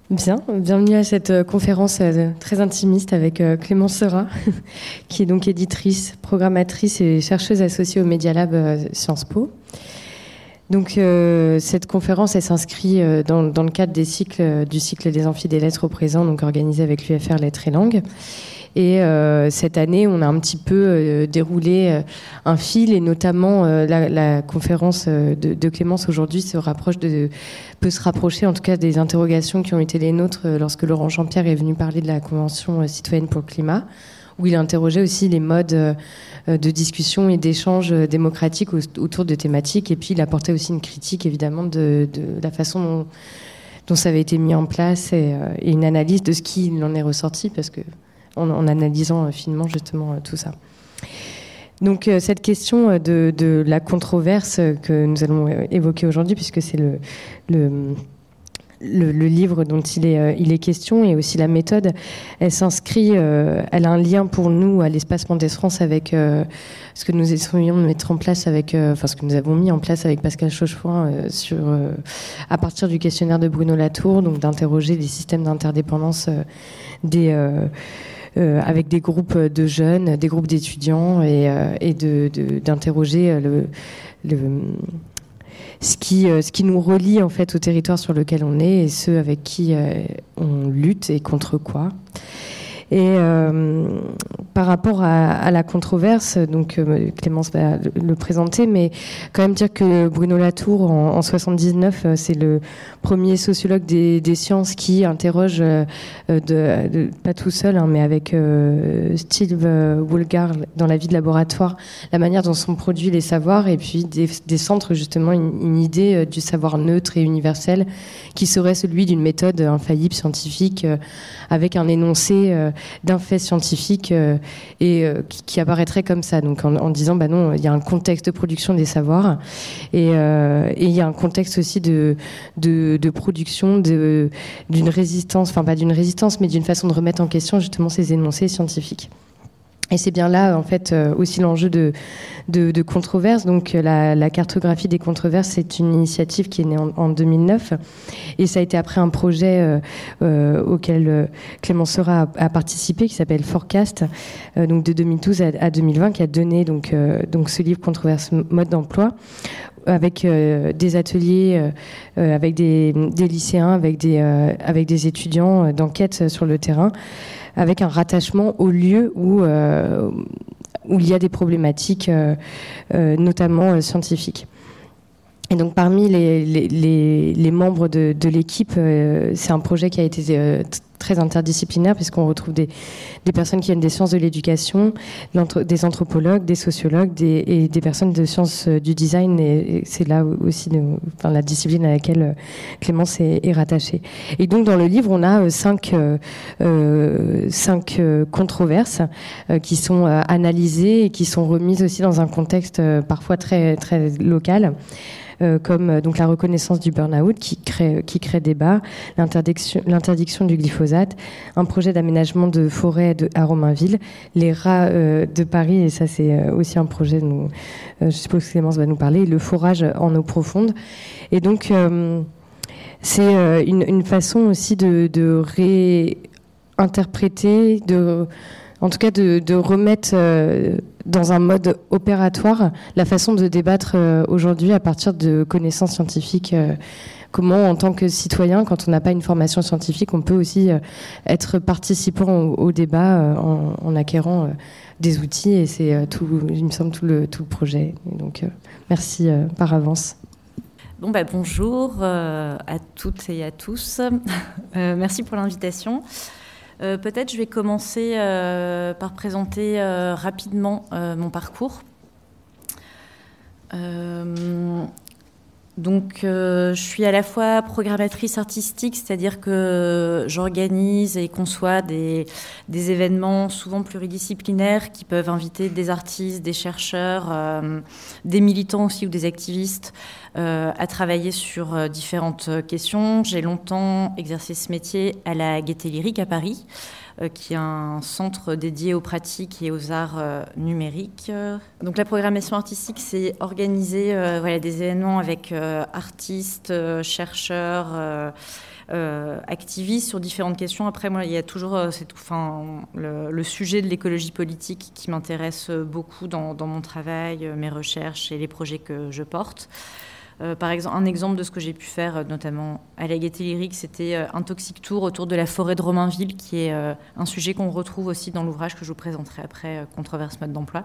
Bien, bienvenue à cette conférence très intimiste avec Clémence Seurat, qui est donc éditrice, programmatrice et chercheuse associée au Media Lab Sciences Po. Donc cette conférence, elle s'inscrit dans le cadre du cycle des amphis des lettres au présent, donc organisé avec l'UFR Lettres et Langues. Et cette année, on a un petit peu déroulé un fil, et notamment la conférence de Clémence aujourd'hui peut se rapprocher en tout cas des interrogations qui ont été les nôtres lorsque Laurent Jean-Pierre est venu parler de la Convention citoyenne pour le climat, où il interrogeait aussi les modes de discussion et d'échange démocratique autour de thématiques. Et puis il apportait aussi une critique évidemment de la façon dont ça avait été mis en place et une analyse de ce qui en est ressorti, parce que en analysant finement justement tout ça. Donc cette question de la controverse que nous allons évoquer aujourd'hui, puisque c'est le livre dont il est question, et aussi la méthode, elle s'inscrit, elle a un lien pour nous à l'Espace Mendès France avec ce que nous essayons de mettre en place ce que nous avons mis en place avec Pascal Chauchefoin à partir du questionnaire de Bruno Latour, donc d'interroger les systèmes d'interdépendance avec des groupes de jeunes, des groupes d'étudiants, et d'interroger ce qui nous relie en fait au territoire sur lequel on est, et ceux avec qui on lutte et contre quoi. Et par rapport à la controverse, donc Clémence va le présenter, mais quand même dire que Bruno Latour, en 79, c'est le premier sociologue des sciences qui interroge, pas tout seul, hein, mais avec Steve Woolgar dans La vie de laboratoire, la manière dont sont produits les savoirs, et puis des centres justement une idée du savoir neutre et universel qui serait celui d'une méthode infaillible scientifique avec un énoncé d'un fait scientifique qui apparaîtrait comme ça, donc en disant bah non, il y a un contexte de production des savoirs, et il y a un contexte aussi de production d'une résistance, enfin pas d'une résistance, mais d'une façon de remettre en question justement ces énoncés scientifiques. Et c'est bien là, en fait, aussi l'enjeu de controverse. Donc, la cartographie des controverses, c'est une initiative qui est née en 2009. Et ça a été après un projet auquel Clémence Seurat a participé, qui s'appelle Forecast, donc de 2012 à 2020, qui a donné donc ce livre Controverse mode d'emploi, avec des ateliers, avec des lycéens, avec des étudiants d'enquête sur le terrain, avec un rattachement au lieu où il y a des problématiques, notamment scientifiques. Et donc parmi les membres de l'équipe, c'est un projet qui a été très interdisciplinaire, puisqu'on retrouve des personnes qui viennent des sciences de l'éducation, des anthropologues, des sociologues, et des personnes de sciences du design, et c'est là aussi la discipline à laquelle Clémence est rattachée. Et donc dans le livre, on a cinq controverses qui sont analysées et qui sont remises aussi dans un contexte parfois très, très local. Comme donc la reconnaissance du burn-out qui crée débat, l'interdiction du glyphosate, un projet d'aménagement de forêt à Romainville, les rats de Paris, et ça c'est aussi un projet dont je suppose que Clémence va nous parler, le forage en eau profonde. Et donc c'est une façon aussi de réinterpréter, en tout cas de remettre dans un mode opératoire la façon de débattre aujourd'hui à partir de connaissances scientifiques. Comment, en tant que citoyen, quand on n'a pas une formation scientifique, on peut aussi être participant au débat en acquérant des outils, et c'est il me semble tout le projet. Et donc merci par avance. Bon, bonjour à toutes et à tous. Merci pour l'invitation. Peut-être je vais commencer par présenter rapidement mon parcours. Donc, je suis à la fois programmatrice artistique, c'est-à-dire que j'organise et conçois des événements souvent pluridisciplinaires qui peuvent inviter des artistes, des chercheurs, des militants aussi ou des activistes à travailler sur différentes questions. J'ai longtemps exercé ce métier à la Gaîté Lyrique à Paris, qui est un centre dédié aux pratiques et aux arts numériques. Donc la programmation artistique, c'est organiser des événements avec artistes, chercheurs, activistes sur différentes questions. Après, moi, il y a toujours le sujet de l'écologie politique qui m'intéresse beaucoup dans mon travail, mes recherches et les projets que je porte. Par exemple, un exemple de ce que j'ai pu faire, notamment à la Gaîté Lyrique, c'était un toxic tour autour de la forêt de Romainville, qui est un sujet qu'on retrouve aussi dans l'ouvrage que je vous présenterai après, Controverse mode d'emploi.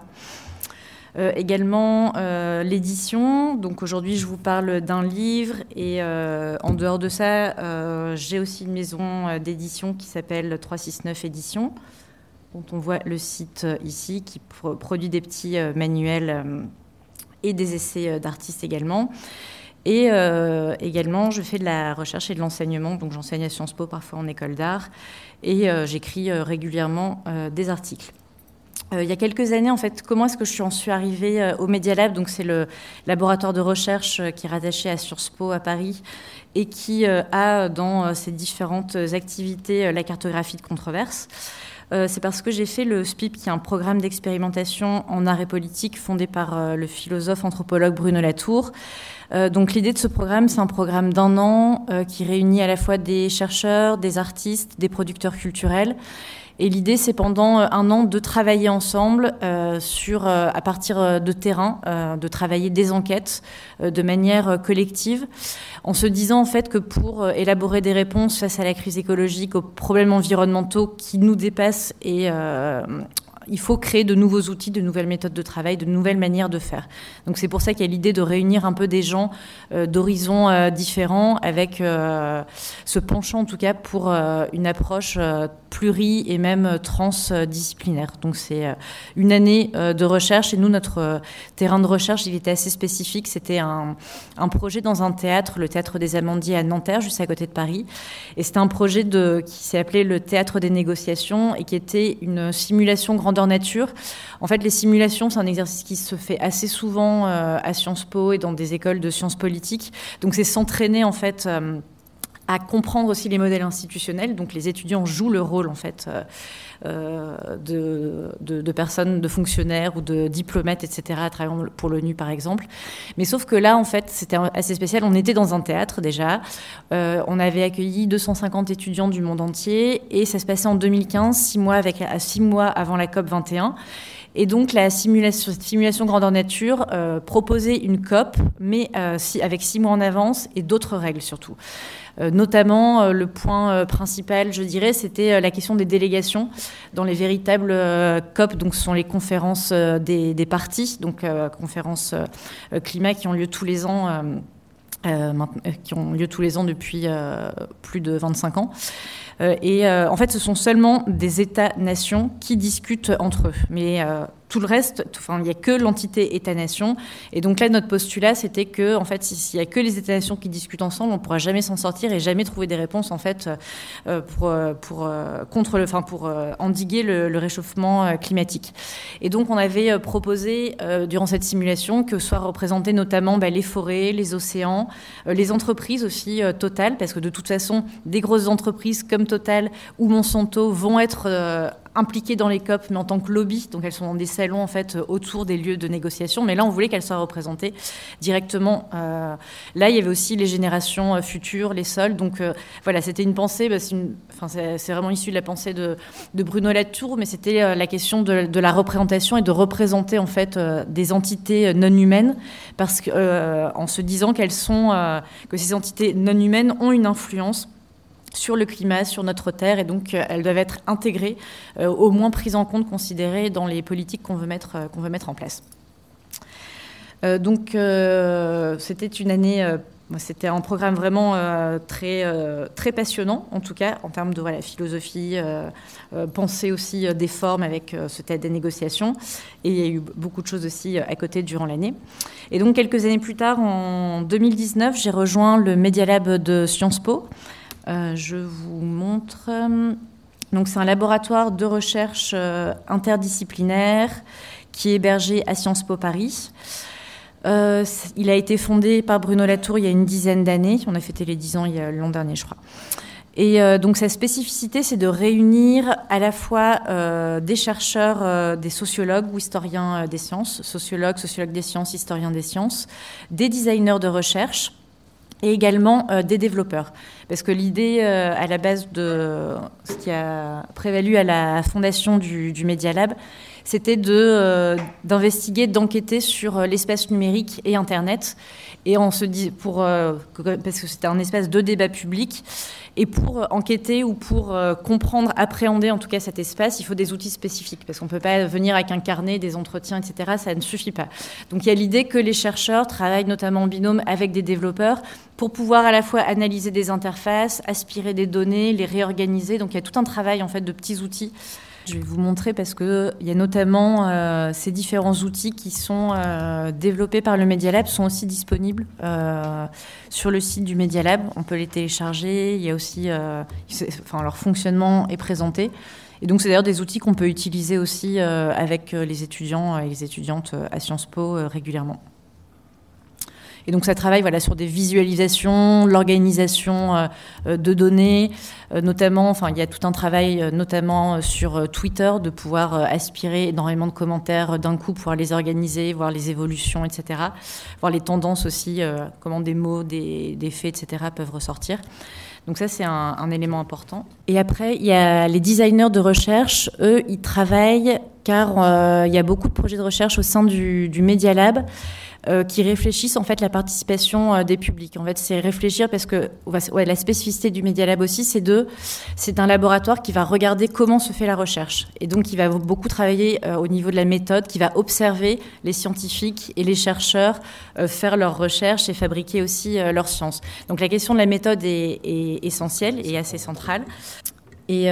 Également l'édition. Donc aujourd'hui, je vous parle d'un livre et en dehors de ça, j'ai aussi une maison d'édition qui s'appelle 369 Éditions, dont on voit le site ici, qui produit des petits manuels et des essais d'artistes également. Et également, je fais de la recherche et de l'enseignement. Donc j'enseigne à Sciences Po, parfois en école d'art, et j'écris régulièrement des articles. Il y a quelques années, en fait, comment est-ce que je suis arrivée au Media Lab ? Donc, c'est le laboratoire de recherche qui est rattaché à Sciences Po à Paris et qui a dans ses différentes activités la cartographie de controverses. C'est parce que j'ai fait le SPIP, qui est un programme d'expérimentation en art et politique fondé par le philosophe anthropologue Bruno Latour. Donc l'idée de ce programme, c'est un programme d'1 an qui réunit à la fois des chercheurs, des artistes, des producteurs culturels. Et l'idée, c'est pendant 1 an de travailler ensemble à partir de terrain, de travailler des enquêtes de manière collective, en se disant en fait que pour élaborer des réponses face à la crise écologique, aux problèmes environnementaux qui nous dépassent il faut créer de nouveaux outils, de nouvelles méthodes de travail, de nouvelles manières de faire. Donc c'est pour ça qu'il y a l'idée de réunir un peu des gens d'horizons différents, avec ce penchant en tout cas pour une approche pluri et même transdisciplinaire. Donc c'est une année de recherche, et nous, notre terrain de recherche, il était assez spécifique. C'était un projet dans un théâtre, le Théâtre des Amandiers à Nanterre, juste à côté de Paris. Et c'était un projet qui s'est appelé le Théâtre des négociations, et qui était une simulation grandeur nature. En fait, les simulations, c'est un exercice qui se fait assez souvent à Sciences Po et dans des écoles de sciences politiques. Donc c'est s'entraîner en fait à comprendre aussi les modèles institutionnels. Donc les étudiants jouent le rôle en fait de personnes, de fonctionnaires ou de diplomates, etc., travaillant pour l'ONU par exemple. Mais sauf que là, en fait, c'était assez spécial. On était dans un théâtre déjà. On avait accueilli 250 étudiants du monde entier, et ça se passait en 2015, 6 mois avant la COP 21. Et donc, cette simulation grandeur nature proposait une COP, mais avec 6 mois en avance et d'autres règles surtout. Notamment, le point principal, je dirais, c'était la question des délégations dans les véritables COP. Donc, ce sont les conférences des parties, donc conférences climat qui ont lieu tous les ans. Depuis plus de 25 ans. En fait, ce sont seulement des États-nations qui discutent entre eux. Mais tout le reste, il n'y a que l'entité État-nation. Et donc là, notre postulat, c'était que, en fait, s'il n'y a que les États-nations qui discutent ensemble, on ne pourra jamais s'en sortir et jamais trouver des réponses, en fait, pour endiguer le réchauffement climatique. Et donc, on avait proposé, durant cette simulation, que soient représentés notamment les forêts, les océans, les entreprises aussi, Total, parce que de toute façon, des grosses entreprises comme Total ou Monsanto vont être impliquées dans les COP, mais en tant que lobby. Donc elles sont dans des salons en fait autour des lieux de négociation. Mais là, on voulait qu'elles soient représentées directement. Là, il y avait aussi les générations futures, les sols. Donc voilà, c'était une pensée. C'est vraiment issu de la pensée de Bruno Latour, mais c'était la question de la représentation et de représenter en fait des entités non humaines, parce que en se disant que ces entités non humaines ont une influence sur le climat, sur notre terre, et donc elles doivent être intégrées, au moins prises en compte, considérées dans les politiques qu'on veut mettre en place. C'était une année, c'était un programme vraiment très passionnant, en tout cas, en termes de philosophie, pensée aussi des formes avec ce théâtre des négociations. Et il y a eu beaucoup de choses aussi à côté durant l'année. Et donc, quelques années plus tard, en 2019, j'ai rejoint le Media Lab de Sciences Po. Je vous montre. Donc, c'est un laboratoire de recherche interdisciplinaire qui est hébergé à Sciences Po Paris. Il a été fondé par Bruno Latour il y a une dizaine d'années. On a fêté les 10 ans l'an dernier, je crois. Et donc sa spécificité, c'est de réunir à la fois des chercheurs, des sociologues ou historiens des sciences, sociologues des sciences, historiens des sciences, des designers de recherche et également des développeurs. Parce que l'idée à la base de ce qui a prévalu à la fondation du Media Lab, c'était d'investiguer, d'enquêter sur l'espace numérique et Internet. Et on se dit, parce que c'était un espace de débat public, et pour enquêter ou pour comprendre, appréhender en tout cas cet espace, il faut des outils spécifiques, parce qu'on ne peut pas venir avec un carnet, des entretiens, etc. Ça ne suffit pas. Donc il y a l'idée que les chercheurs travaillent notamment en binôme avec des développeurs pour pouvoir à la fois analyser des interfaces, aspirer des données, les réorganiser. Donc il y a tout un travail en fait de petits outils. Je vais vous montrer parce qu'il y a notamment ces différents outils qui sont développés par le Media Lab sont aussi disponibles sur le site du Media Lab. On peut les télécharger. Il y a aussi, leur fonctionnement est présenté. Et donc, c'est d'ailleurs des outils qu'on peut utiliser aussi avec les étudiants et les étudiantes à Sciences Po régulièrement. Et donc, ça travaille sur des visualisations, l'organisation de données, notamment, il y a tout un travail notamment sur Twitter, de pouvoir aspirer énormément de commentaires d'un coup, pouvoir les organiser, voir les évolutions, etc. Voir les tendances aussi, comment des mots, des faits, etc. peuvent ressortir. Donc ça, c'est un élément important. Et après, il y a les designers de recherche. Eux, ils travaillent car il y a beaucoup de projets de recherche au sein du Media Lab qui réfléchissent en fait la participation des publics. En fait, c'est réfléchir parce que la spécificité du Media Lab aussi, c'est un laboratoire qui va regarder comment se fait la recherche. Et donc, il va beaucoup travailler au niveau de la méthode, qui va observer les scientifiques et les chercheurs faire leurs recherches et fabriquer aussi leur science. Donc, la question de la méthode est essentielle et assez centrale. Et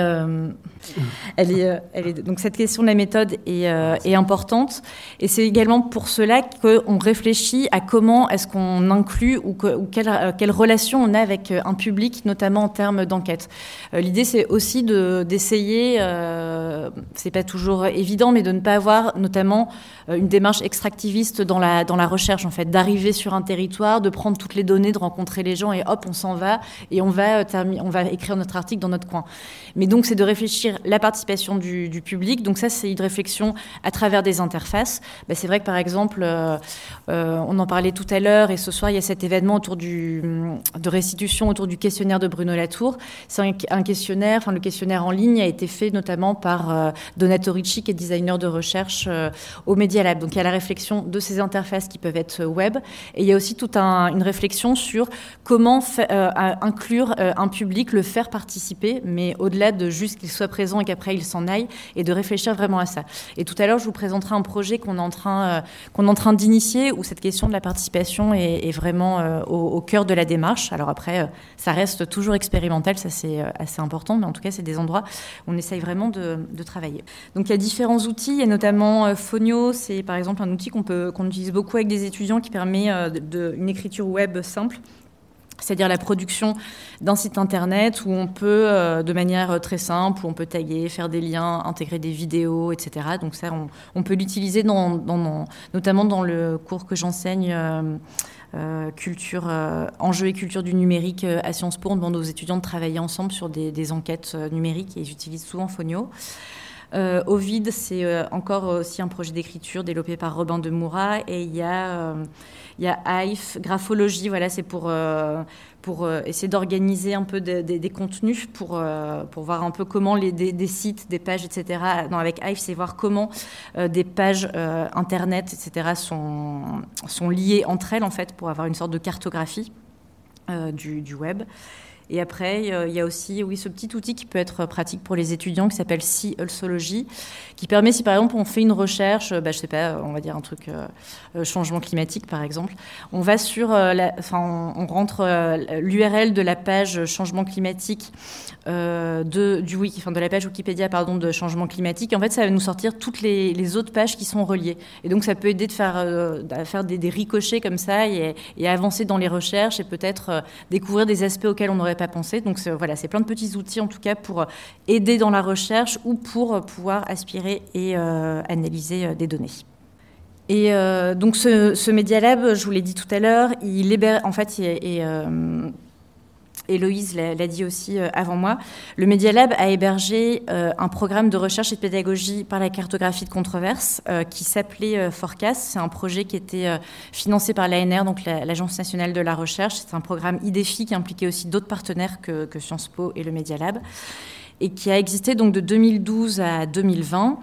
donc cette question de la méthode est importante, et c'est également pour cela qu'on réfléchit à comment est-ce qu'on inclut ou quelle relation on a avec un public, notamment en termes d'enquête. L'idée, c'est aussi d'essayer, c'est pas toujours évident, mais de ne pas avoir notamment une démarche extractiviste dans la recherche, en fait, d'arriver sur un territoire, de prendre toutes les données, de rencontrer les gens et hop, on s'en va et on va écrire notre article dans notre coin. Mais donc, c'est de réfléchir la participation du public. Donc ça, c'est une réflexion à travers des interfaces. C'est vrai que, par exemple, on en parlait tout à l'heure, et ce soir, il y a cet événement de restitution autour du questionnaire de Bruno Latour. C'est un questionnaire, le questionnaire en ligne a été fait notamment par Donato Ricci, qui est designer de recherche au Media Lab. Donc, il y a la réflexion de ces interfaces qui peuvent être web, et il y a aussi toute une réflexion sur comment inclure un public, le faire participer, mais au-delà de juste qu'il soit présent et qu'après il s'en aille, et de réfléchir vraiment à ça. Et tout à l'heure, je vous présenterai un projet qu'on est en train d'initier, où cette question de la participation est vraiment au cœur de la démarche. Alors après, ça reste toujours expérimental, ça c'est assez important, mais en tout cas, c'est des endroits où on essaye vraiment de travailler. Donc il y a différents outils, il y a notamment Fonio, c'est par exemple un outil qu'on utilise beaucoup avec des étudiants, qui permet une écriture web simple, c'est-à-dire la production d'un site internet où on peut, de manière très simple, où on peut taguer, faire des liens, intégrer des vidéos, etc. Donc ça, on peut l'utiliser notamment dans le cours que j'enseigne, enjeux et culture du numérique à Sciences Po. On demande aux étudiants de travailler ensemble sur des enquêtes numériques, et ils utilisent souvent Fonio. Ovid, c'est encore aussi un projet d'écriture développé par Robin de Moura, et il y a Hive, Graphologie, c'est pour essayer d'organiser un peu des contenus, pour voir un peu comment des sites, des pages, etc. Non, avec Hive, c'est voir comment des pages internet, etc. sont liées entre elles, en fait, pour avoir une sorte de cartographie du web. Et après, il y a aussi ce petit outil qui peut être pratique pour les étudiants, qui s'appelle Sealsology, qui permet, si par exemple on fait une recherche, je sais pas, on va dire un truc changement climatique par exemple, on va sur, on rentre l'URL de la page changement climatique de la page Wikipédia de changement climatique. En fait, ça va nous sortir toutes les autres pages qui sont reliées. Et donc, ça peut aider à faire des ricochets comme ça, et avancer dans les recherches, et peut-être découvrir des aspects auxquels on n'aurait pas pensé. Donc, c'est plein de petits outils, en tout cas, pour aider dans la recherche ou pour pouvoir aspirer et analyser des données. Et donc, ce Media Lab, je vous l'ai dit tout à l'heure, il libère, en fait, Héloïse l'a dit aussi avant moi, le Media Lab a hébergé un programme de recherche et de pédagogie par la cartographie de controverses qui s'appelait Forecast. C'est un projet qui était financé par l'ANR, donc l'Agence nationale de la recherche. C'est un programme IDEFI qui impliquait aussi d'autres partenaires que Sciences Po et le Media Lab, et qui a existé donc de 2012 à 2020.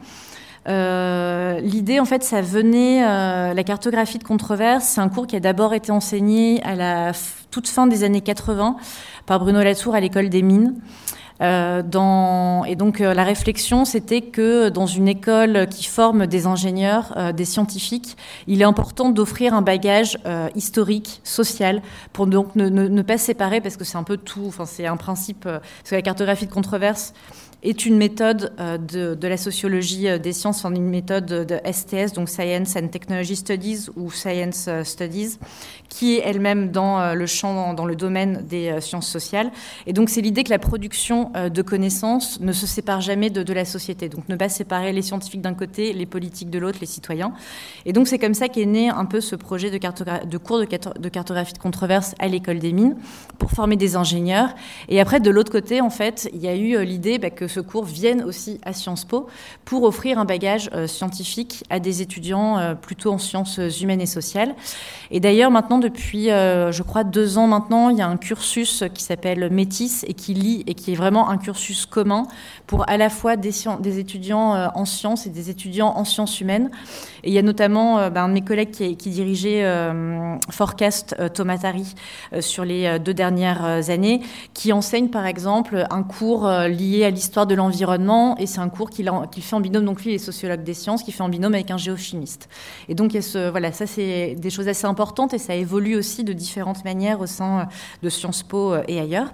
L'idée, en fait, ça venait... la cartographie de controverses, c'est un cours qui a d'abord été enseigné à la toute fin des années 80 par Bruno Latour à l'école des mines. Et donc, la réflexion, c'était que dans une école qui forme des ingénieurs, des scientifiques, il est important d'offrir un bagage historique, social, pour donc ne pas séparer, parce que c'est un peu tout... Enfin, c'est un principe... parce que la cartographie de controverses est une méthode de la sociologie des sciences, une méthode de STS, donc Science and Technology Studies ou Science Studies, qui est elle-même dans le champ, dans le domaine des sciences sociales. Et donc c'est l'idée que la production de connaissances ne se sépare jamais de la société. Donc ne pas séparer les scientifiques d'un côté, les politiques de l'autre, les citoyens. Et donc c'est comme ça qu'est né un peu ce projet de cours de cartographie de controverses à l'école des mines pour former des ingénieurs. Et après, de l'autre côté, en fait, il y a eu l'idée que ce cours vienne aussi à Sciences Po pour offrir un bagage scientifique à des étudiants plutôt en sciences humaines et sociales. Et d'ailleurs, maintenant, depuis, je crois, 2 ans maintenant, il y a un cursus qui s'appelle Métis et qui lie et qui est vraiment un cursus commun pour à la fois des étudiants en sciences et des étudiants en sciences humaines. Et il y a notamment un de mes collègues qui dirigeait Forecast, Thomas Tari, sur les 2 dernières années, qui enseigne par exemple un cours lié à l'histoire de l'environnement, et c'est un cours qu'il fait en binôme, donc lui il est sociologue des sciences, qui fait en binôme avec un géochimiste. Et donc voilà, ça c'est des choses assez importantes, et ça évolue aussi de différentes manières au sein de Sciences Po et ailleurs.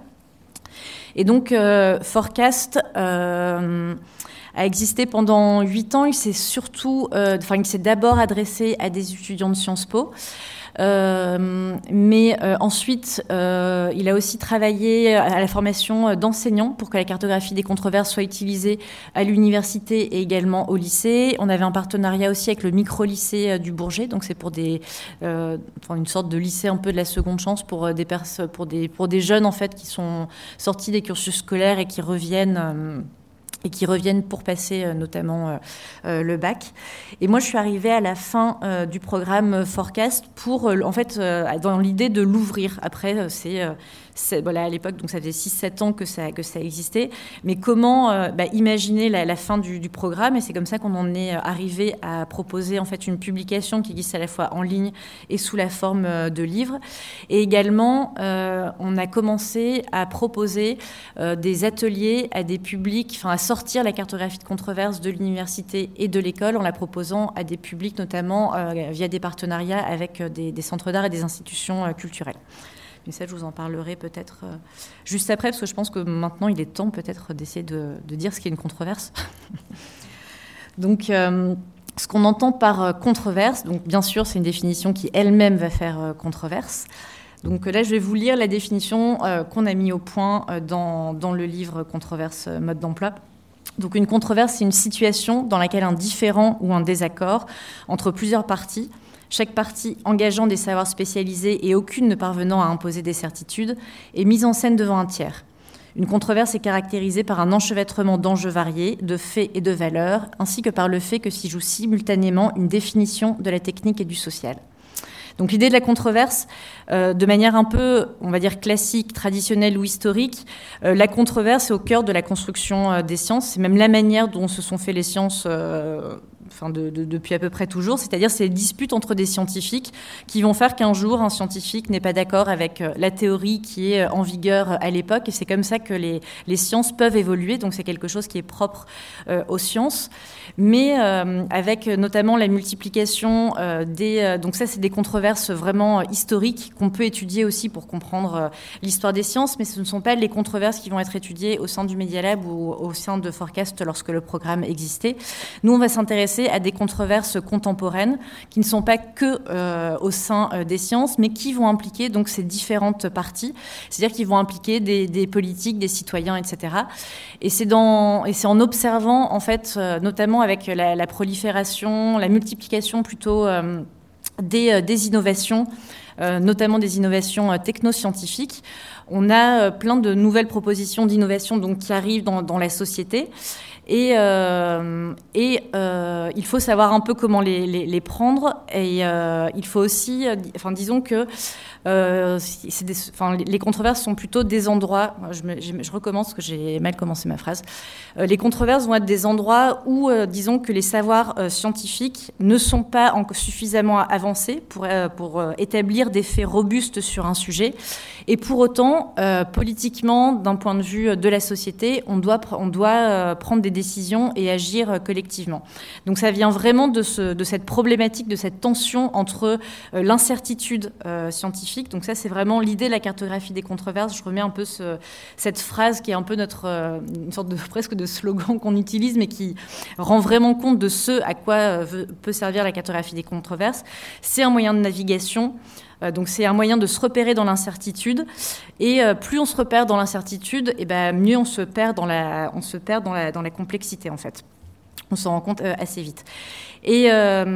Et donc Forecast a existé pendant 8 ans. Il s'est d'abord adressé à des étudiants de Sciences Po. Mais ensuite, il a aussi travaillé à la formation d'enseignants pour que la cartographie des controverses soit utilisée à l'université et également au lycée. On avait un partenariat aussi avec le micro-lycée du Bourget, donc c'est pour une sorte de lycée un peu de la seconde chance pour des jeunes en fait qui sont sortis des cursus scolaires et qui reviennent pour passer notamment le bac. Et moi, je suis arrivée à la fin du programme Forecast pour, dans l'idée de l'ouvrir. Après, voilà, à l'époque, donc ça faisait 6-7 ans que ça existait. Mais comment imaginer la fin du programme? Et c'est comme ça qu'on en est arrivé à proposer en fait une publication qui existe à la fois en ligne et sous la forme de livres. Et également, on a commencé à proposer des ateliers à des publics, à sortir la cartographie de controverses de l'université et de l'école en la proposant à des publics, notamment via des partenariats avec des centres d'art et des institutions culturelles. Mais ça, je vous en parlerai peut-être juste après, parce que je pense que maintenant, il est temps peut-être d'essayer de dire ce qu'est une controverse. Donc, ce qu'on entend par controverse, donc bien sûr, c'est une définition qui elle-même va faire controverse. Donc là, je vais vous lire la définition qu'on a mis au point dans le livre Controverse, mode d'emploi. Donc une controverse, c'est une situation dans laquelle un différend ou un désaccord entre plusieurs parties, chaque partie engageant des savoirs spécialisés et aucune ne parvenant à imposer des certitudes, est mise en scène devant un tiers. Une controverse est caractérisée par un enchevêtrement d'enjeux variés, de faits et de valeurs, ainsi que par le fait que s'y joue simultanément une définition de la technique et du social. Donc l'idée de la controverse, de manière un peu, on va dire, classique, traditionnelle ou historique, la controverse est au cœur de la construction des sciences. C'est même la manière dont se sont fait les sciences depuis à peu près toujours. C'est-à-dire c'est les disputes entre des scientifiques qui vont faire qu'un jour, un scientifique n'est pas d'accord avec la théorie qui est en vigueur à l'époque. Et c'est comme ça que les sciences peuvent évoluer. Donc c'est quelque chose qui est propre aux sciences. Mais avec notamment la multiplication donc ça, c'est des controverses vraiment historiques qu'on peut étudier aussi pour comprendre l'histoire des sciences, mais ce ne sont pas les controverses qui vont être étudiées au sein du Media Lab ou au sein de Forecast lorsque le programme existait. Nous, on va s'intéresser à des controverses contemporaines qui ne sont pas que au sein des sciences, mais qui vont impliquer donc ces différentes parties, c'est-à-dire qu'ils vont impliquer des politiques, des citoyens, etc. Et c'est en observant, en fait, notamment avec la prolifération, la multiplication plutôt des innovations, notamment des innovations technoscientifiques, on a plein de nouvelles propositions d'innovation donc, qui arrivent dans la société. Et il faut savoir un peu comment les prendre. Et il faut aussi, disons que les controverses sont plutôt des endroits. Je recommence parce que j'ai mal commencé ma phrase. Les controverses vont être des endroits où, disons que les savoirs scientifiques ne sont pas suffisamment avancés pour établir des faits robustes sur un sujet. Et pour autant, politiquement, d'un point de vue de la société, on doit prendre des décisions et agir collectivement. Donc ça vient vraiment de cette problématique, de cette tension entre l'incertitude scientifique. Donc ça, c'est vraiment l'idée de la cartographie des controverses. Je remets un peu cette phrase qui est un peu une sorte de presque de slogan qu'on utilise, mais qui rend vraiment compte de ce à quoi peut servir la cartographie des controverses. C'est un moyen de navigation. Donc c'est un moyen de se repérer dans l'incertitude, et plus on se repère dans l'incertitude, et mieux on se perd dans la complexité en fait. On s'en rend compte assez vite. Et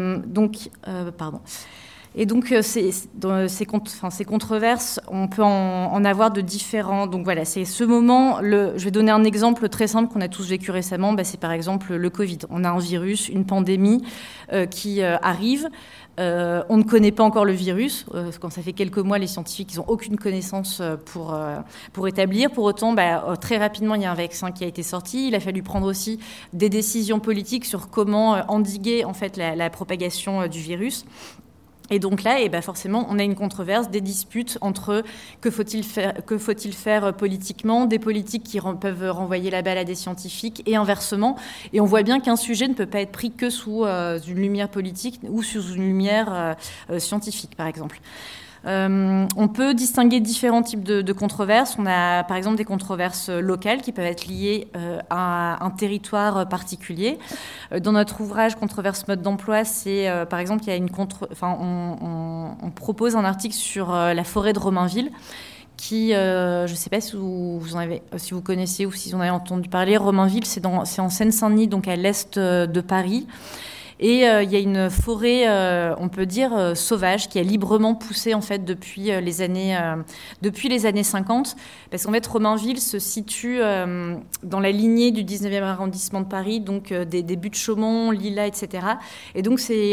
donc, ces controverses, on peut en avoir de différents. Donc voilà, c'est ce moment. Je vais donner un exemple très simple qu'on a tous vécu récemment. C'est par exemple le Covid. On a un virus, une pandémie qui arrive. On ne connaît pas encore le virus. Quand ça fait quelques mois, les scientifiques, ils n'ont aucune connaissance pour établir. Pour autant, très rapidement, il y a un vaccin qui a été sorti. Il a fallu prendre aussi des décisions politiques sur comment endiguer en fait la propagation du virus. Et donc là, forcément, on a une controverse, des disputes entre que faut-il faire politiquement, des politiques qui peuvent renvoyer la balle à des scientifiques et inversement. Et on voit bien qu'un sujet ne peut pas être pris que sous une lumière politique ou sous une lumière scientifique, par exemple. On peut distinguer différents types de controverses. On a par exemple des controverses locales qui peuvent être liées à un territoire particulier. Dans notre ouvrage Controverse mode d'emploi, c'est par exemple il y a on propose un article sur la forêt de Romainville qui, je ne sais pas si vous connaissez ou si vous en avez entendu parler. Romainville, c'est en Seine-Saint-Denis, donc à l'est de Paris. Et il y a une forêt, on peut dire, sauvage, qui a librement poussé en fait depuis les années 50. Parce qu'en fait, Romainville se situe dans la lignée du 19e arrondissement de Paris, donc des Buttes-Chaumont, Lila, etc. Et donc c'est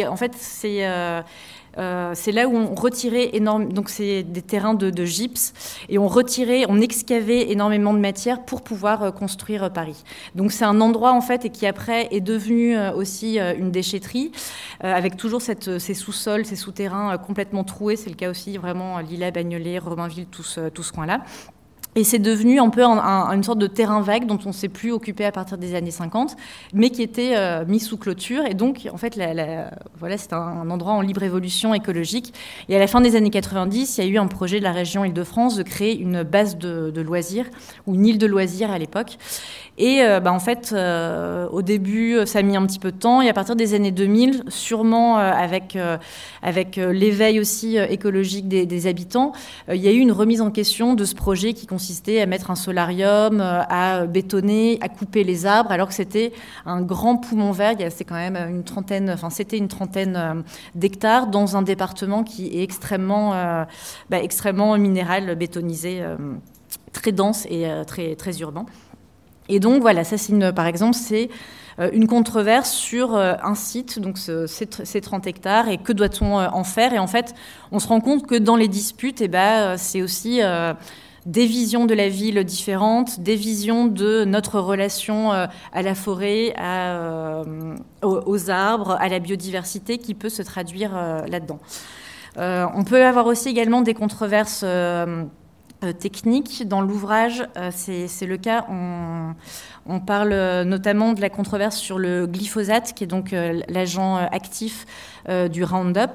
là où on retirait donc c'est des terrains de gypse, et on excavait énormément de matière pour pouvoir construire Paris. Donc c'est un endroit en fait et qui après est devenu aussi une déchetterie, avec toujours ces sous-sols, ces souterrains complètement troués. C'est le cas aussi vraiment Lila, Bagnolet, Romainville, tout ce coin-là. Et c'est devenu un peu une sorte de terrain vague dont on ne s'est plus occupé à partir des années 50, mais qui était mis sous clôture. Et donc, en fait, voilà, c'est un endroit en libre évolution écologique. Et à la fin des années 90, il y a eu un projet de la région Île-de-France de créer une base de loisirs, ou une île de loisirs à l'époque. Et en fait, au début, ça a mis un petit peu de temps. Et à partir des années 2000, sûrement avec l'éveil aussi écologique des habitants, il y a eu une remise en question de ce projet qui consistait à mettre un solarium, à bétonner, à couper les arbres, alors que c'était un grand poumon vert. C'est quand même c'était une trentaine d'hectares dans un département qui est extrêmement minéral, bétonisé, très dense et très, très urbain. Et donc voilà, ça par exemple, c'est une controverse sur un site, donc ces 30 hectares, et que doit-on en faire? Et en fait, on se rend compte que dans les disputes, c'est aussi des visions de la ville différentes, des visions de notre relation à la forêt, aux arbres, à la biodiversité qui peut se traduire là-dedans. On peut avoir aussi également des controverses techniques. Dans l'ouvrage, c'est le cas. On parle notamment de la controverse sur le glyphosate, qui est donc l'agent actif du Roundup,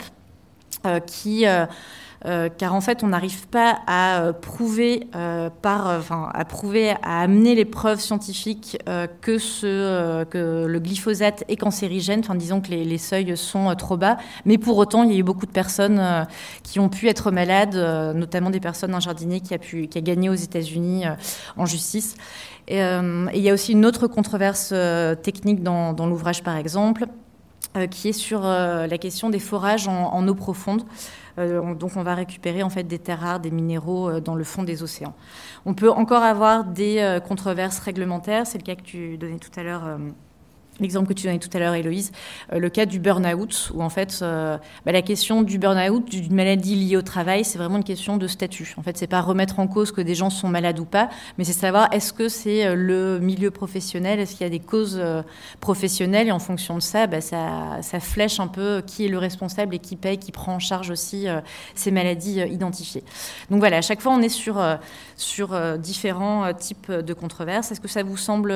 car en fait, on n'arrive pas à prouver, à amener les preuves scientifiques que le glyphosate est cancérigène. Enfin, disons que les seuils sont trop bas, mais pour autant, il y a eu beaucoup de personnes qui ont pu être malades, notamment des personnes, un jardinier qui a gagné aux États-Unis en justice. Et il y a aussi une autre controverse technique dans l'ouvrage, par exemple. qui est sur la question des forages en eau profonde. Donc on va récupérer en fait des terres rares, des minéraux dans le fond des océans. On peut encore avoir des controverses réglementaires, c'est le cas que tu donnais tout à l'heure. L'exemple que tu donnais tout à l'heure, Héloïse, le cas du burn-out, où en fait, la question du burn-out, d'une maladie liée au travail, c'est vraiment une question de statut. En fait, c'est pas remettre en cause que des gens sont malades ou pas, mais c'est savoir est-ce que c'est le milieu professionnel, est-ce qu'il y a des causes professionnelles, et en fonction de ça, ça flèche un peu qui est le responsable et qui paye, qui prend en charge aussi ces maladies identifiées. Donc voilà, à chaque fois, on est sur différents types de controverses. Est-ce que ça vous semble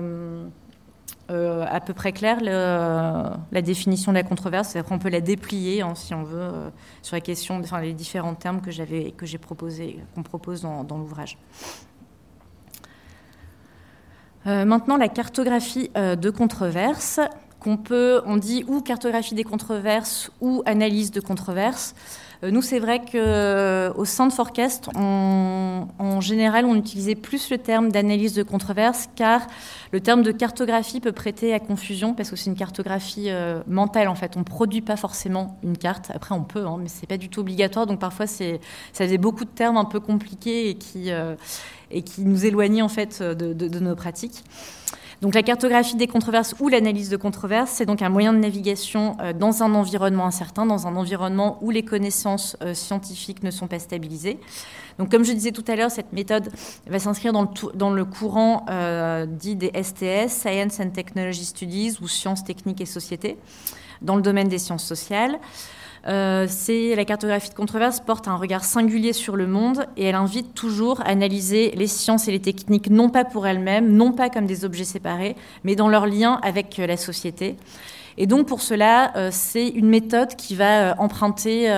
à peu près clair, la définition de la controverse? Après, on peut la déplier, si on veut, sur la question, les différents termes que j'ai proposés, qu'on propose dans l'ouvrage. Maintenant, la cartographie de controverses, on dit ou cartographie des controverses ou analyse de controverses. Nous, c'est vrai qu'au sein de Forecast, en général, on utilisait plus le terme d'analyse de controverse, car le terme de cartographie peut prêter à confusion, parce que c'est une cartographie mentale, en fait. On ne produit pas forcément une carte. Après, on peut, mais ce n'est pas du tout obligatoire. Donc, parfois, ça faisait beaucoup de termes un peu compliqués et qui nous éloignaient, en fait, de nos pratiques. Donc la cartographie des controverses ou l'analyse de controverses, c'est donc un moyen de navigation dans un environnement incertain, dans un environnement où les connaissances scientifiques ne sont pas stabilisées. Donc comme je disais tout à l'heure, cette méthode va s'inscrire dans le courant dit des STS, Science and Technology Studies, ou Sciences, Techniques et Sociétés, dans le domaine des sciences sociales. La cartographie de controverse porte un regard singulier sur le monde et elle invite toujours à analyser les sciences et les techniques, non pas pour elles-mêmes, non pas comme des objets séparés, mais dans leur lien avec la société. Et donc pour cela, c'est une méthode qui va emprunter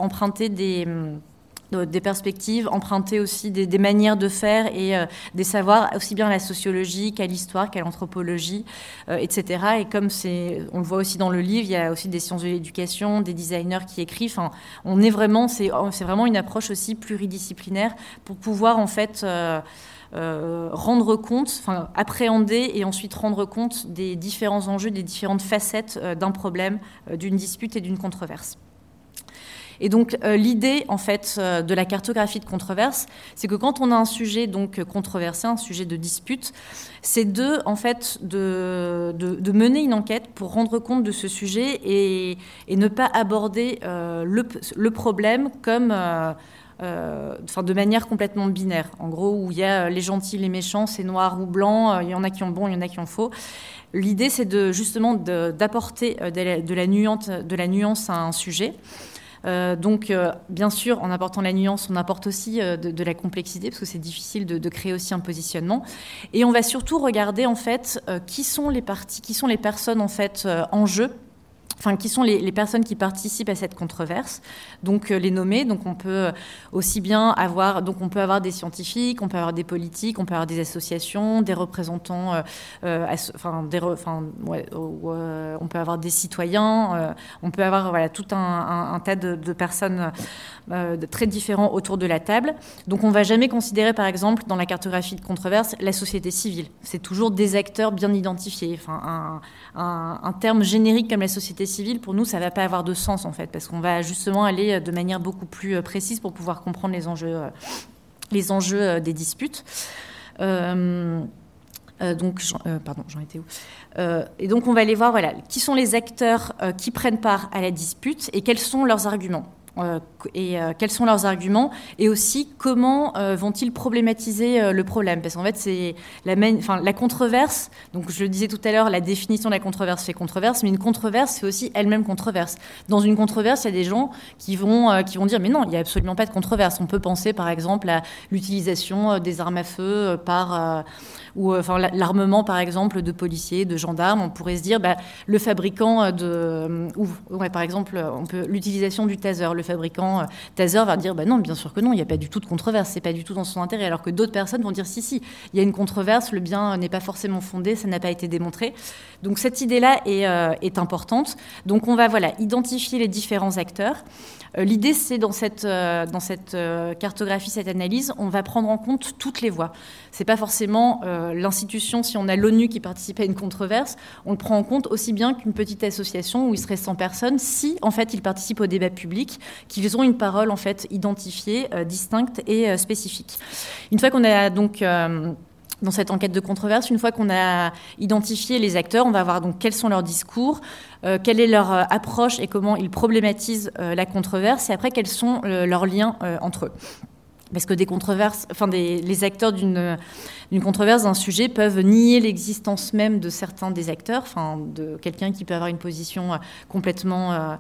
des perspectives, emprunter aussi des manières de faire et des savoirs, aussi bien à la sociologie qu'à l'histoire, qu'à l'anthropologie, etc. Et comme on le voit aussi dans le livre, il y a aussi des sciences de l'éducation, des designers qui écrivent. Enfin, c'est vraiment une approche aussi pluridisciplinaire pour pouvoir en fait rendre compte, appréhender et ensuite rendre compte des différents enjeux, des différentes facettes d'un problème, d'une dispute et d'une controverse. Et donc l'idée en fait de la cartographie de controverse, c'est que quand on a un sujet donc controversé, un sujet de dispute, c'est de mener une enquête pour rendre compte de ce sujet et ne pas aborder le problème comme de manière complètement binaire. En gros, où il y a les gentils, les méchants, c'est noir ou blanc, il y en a qui ont bon, il y en a qui ont faux. L'idée, c'est justement d'apporter de la nuance à un sujet. Bien sûr, en apportant la nuance, on apporte aussi de la complexité, parce que c'est difficile de créer aussi un positionnement. Et on va surtout regarder, en fait, qui sont les personnes, en fait, en jeu. Enfin, qui sont les personnes qui participent à cette controverse, donc les nommer. Donc on peut aussi bien avoir des scientifiques, on peut avoir des politiques, on peut avoir des associations, des représentants, on peut avoir des citoyens, on peut avoir tout un tas de personnes très différents autour de la table. Donc on ne va jamais considérer, par exemple, dans la cartographie de controverse, la société civile. C'est toujours des acteurs bien identifiés. Enfin, un terme générique comme la société civile, pour nous, ça ne va pas avoir de sens, en fait, parce qu'on va justement aller de manière beaucoup plus précise pour pouvoir comprendre les enjeux des disputes. J'en étais où ? Et donc, on va aller voir, qui sont les acteurs qui prennent part à la dispute et quels sont leurs arguments. Quels sont leurs arguments et aussi comment vont-ils problématiser le problème, parce qu'en fait c'est la controverse, donc je le disais tout à l'heure, la définition de la controverse fait controverse, mais une controverse c'est aussi elle-même controverse. Dans une controverse, il y a des gens qui vont dire mais non, il n'y a absolument pas de controverse. On peut penser par exemple à l'utilisation des armes à feu ou l'armement par exemple de policiers, de gendarmes. On pourrait se dire le fabricant par exemple l'utilisation du taser. Le fabricant Taser va dire non, bien sûr que non, il n'y a pas du tout de controverse, c'est pas du tout dans son intérêt, alors que d'autres personnes vont dire si, il y a une controverse, le bien n'est pas forcément fondé, ça n'a pas été démontré. Donc cette idée-là est importante. Donc on va identifier les différents acteurs. L'idée, c'est dans cette cartographie, cette analyse, on va prendre en compte toutes les voix. C'est pas forcément l'institution, si on a l'ONU qui participe à une controverse, on le prend en compte aussi bien qu'une petite association où il serait 100 personnes, si en fait ils participent au débat public, qu'ils ont une parole en fait identifiée, distincte et spécifique. Une fois qu'on a donc dans cette enquête de controverse, une fois qu'on a identifié les acteurs, on va voir donc quels sont leurs discours, quelle est leur approche et comment ils problématisent la controverse, et après quels sont leurs liens entre eux. Parce que les acteurs d'une controverse, d'un sujet, peuvent nier l'existence même de certains des acteurs, de quelqu'un qui peut avoir une position complètement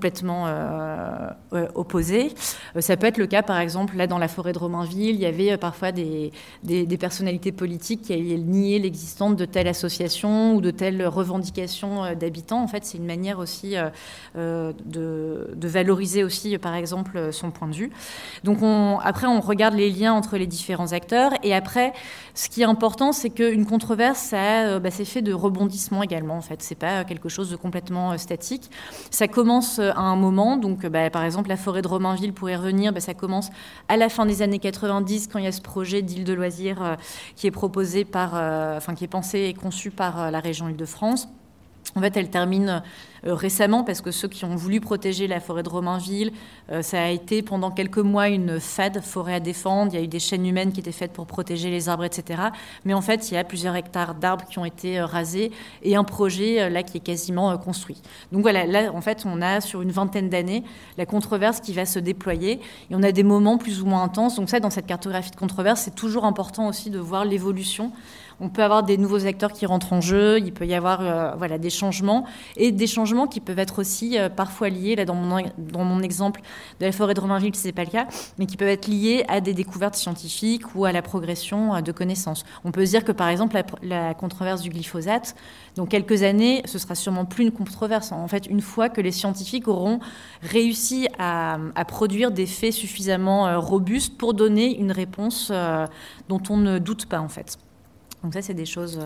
opposée. Ça peut être le cas, par exemple, là dans la forêt de Romainville, il y avait parfois des personnalités politiques qui allaient nier l'existence de telle association ou de telle revendication d'habitants. En fait, c'est une manière aussi de valoriser aussi, par exemple, son point de vue. Donc après, on regarde les liens entre les différents acteurs. Et après, ce qui est important, c'est qu'une controverse, c'est fait de rebondissements également. En fait, c'est pas quelque chose de complètement statique. Ça commence à un moment. Donc, par exemple, la forêt de Romainville, pour y revenir, ça commence à la fin des années 90, quand il y a ce projet d'île de loisirs qui est proposé qui est pensé et conçu par la région Île-de-France. En fait, elle termine récemment parce que ceux qui ont voulu protéger la forêt de Romainville, ça a été pendant quelques mois une FAD, forêt à défendre. Il y a eu des chaînes humaines qui étaient faites pour protéger les arbres, etc. Mais en fait, il y a plusieurs hectares d'arbres qui ont été rasés et un projet là qui est quasiment construit. Donc voilà, là, en fait, on a sur une vingtaine d'années la controverse qui va se déployer et on a des moments plus ou moins intenses. Donc ça, dans cette cartographie de controverse, c'est toujours important aussi de voir l'évolution. On peut avoir des nouveaux acteurs qui rentrent en jeu, il peut y avoir des changements, et des changements qui peuvent être aussi parfois liés, là dans mon exemple de la forêt de Romainville, ce n'est pas le cas, mais qui peuvent être liés à des découvertes scientifiques ou à la progression de connaissances. On peut se dire que par exemple la controverse du glyphosate, dans quelques années, ce sera sûrement plus une controverse. En fait, une fois que les scientifiques auront réussi à produire des faits suffisamment robustes pour donner une réponse dont on ne doute pas en fait. Donc ça, c'est des choses...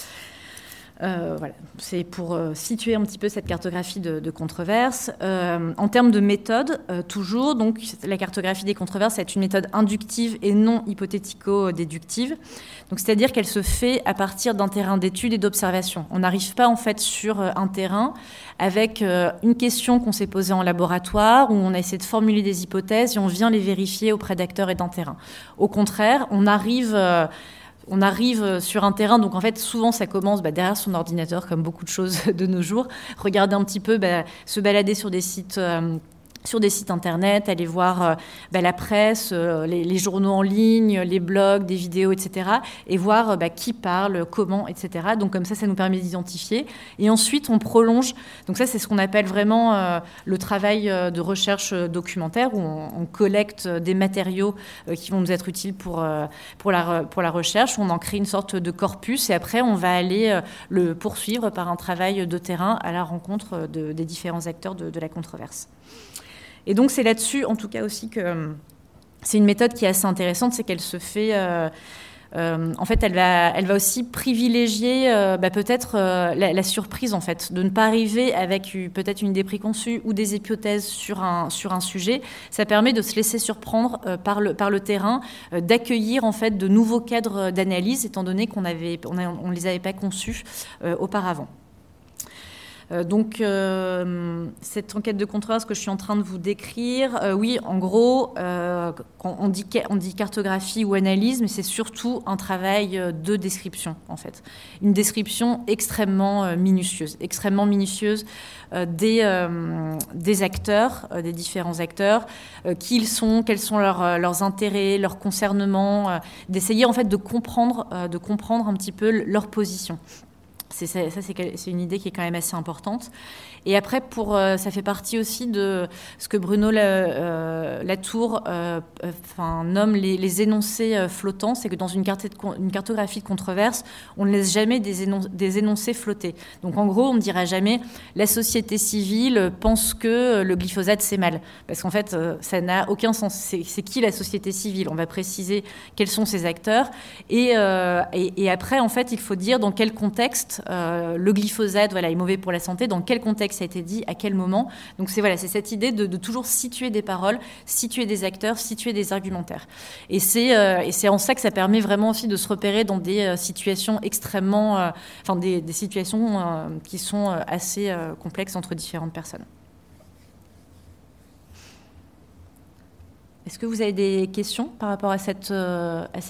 c'est pour situer un petit peu cette cartographie de controverses. En termes de méthode, toujours, donc la cartographie des controverses, c'est une méthode inductive et non hypothético-déductive. Donc, c'est-à-dire qu'elle se fait à partir d'un terrain d'étude et d'observation. On n'arrive pas en fait sur un terrain avec une question qu'on s'est posée en laboratoire où on a essayé de formuler des hypothèses et on vient les vérifier auprès d'acteurs et d'un terrain. Au contraire, on arrive sur un terrain, donc en fait souvent ça commence derrière son ordinateur comme beaucoup de choses de nos jours, regarder un petit peu, se balader sur des sites internet, aller voir la presse, les journaux en ligne, les blogs, des vidéos, etc. Et voir qui parle, comment, etc. Donc comme ça nous permet d'identifier. Et ensuite, on prolonge. Donc ça, c'est ce qu'on appelle vraiment le travail de recherche documentaire, où on collecte des matériaux qui vont nous être utiles pour la recherche. On en crée une sorte de corpus et après, on va aller le poursuivre par un travail de terrain à la rencontre des différents acteurs de la controverse. Et donc, c'est là-dessus, en tout cas aussi, que c'est une méthode qui est assez intéressante, c'est qu'elle se fait... en fait, elle va aussi privilégier peut-être la surprise, en fait, de ne pas arriver avec peut-être une idée préconçue ou des hypothèses sur un sujet. Ça permet de se laisser surprendre par le terrain, d'accueillir, en fait, de nouveaux cadres d'analyse, étant donné qu'on ne les avait pas conçus auparavant. Donc, cette enquête de controverse que je suis en train de vous décrire, oui, en gros, quand on dit cartographie ou analyse, mais c'est surtout un travail de description, en fait. Une description extrêmement minutieuse des acteurs, des différents acteurs, qui ils sont, quels sont leurs intérêts, leurs concernements, d'essayer, en fait, de comprendre un petit peu leur position. C'est une idée qui est quand même assez importante. Et après, ça fait partie aussi de ce que Bruno Latour nomme les énoncés flottants. C'est que dans une cartographie de controverse, on ne laisse jamais des énoncés flotter. Donc en gros, on ne dira jamais « la société civile pense que le glyphosate, c'est mal ». Parce qu'en fait, ça n'a aucun sens. C'est qui la société civile ? On va préciser quels sont ses acteurs. Et après, en fait, il faut dire dans quel contexte le glyphosate est mauvais pour la santé, dans quel contexte ça a été dit, à quel moment. Donc c'est cette idée de toujours situer des paroles, situer des acteurs, situer des argumentaires. Et c'est en ça que ça permet vraiment aussi de se repérer dans des situations extrêmement... des situations qui sont assez complexes entre différentes personnes. Est-ce que vous avez des questions par rapport à cette méthode ?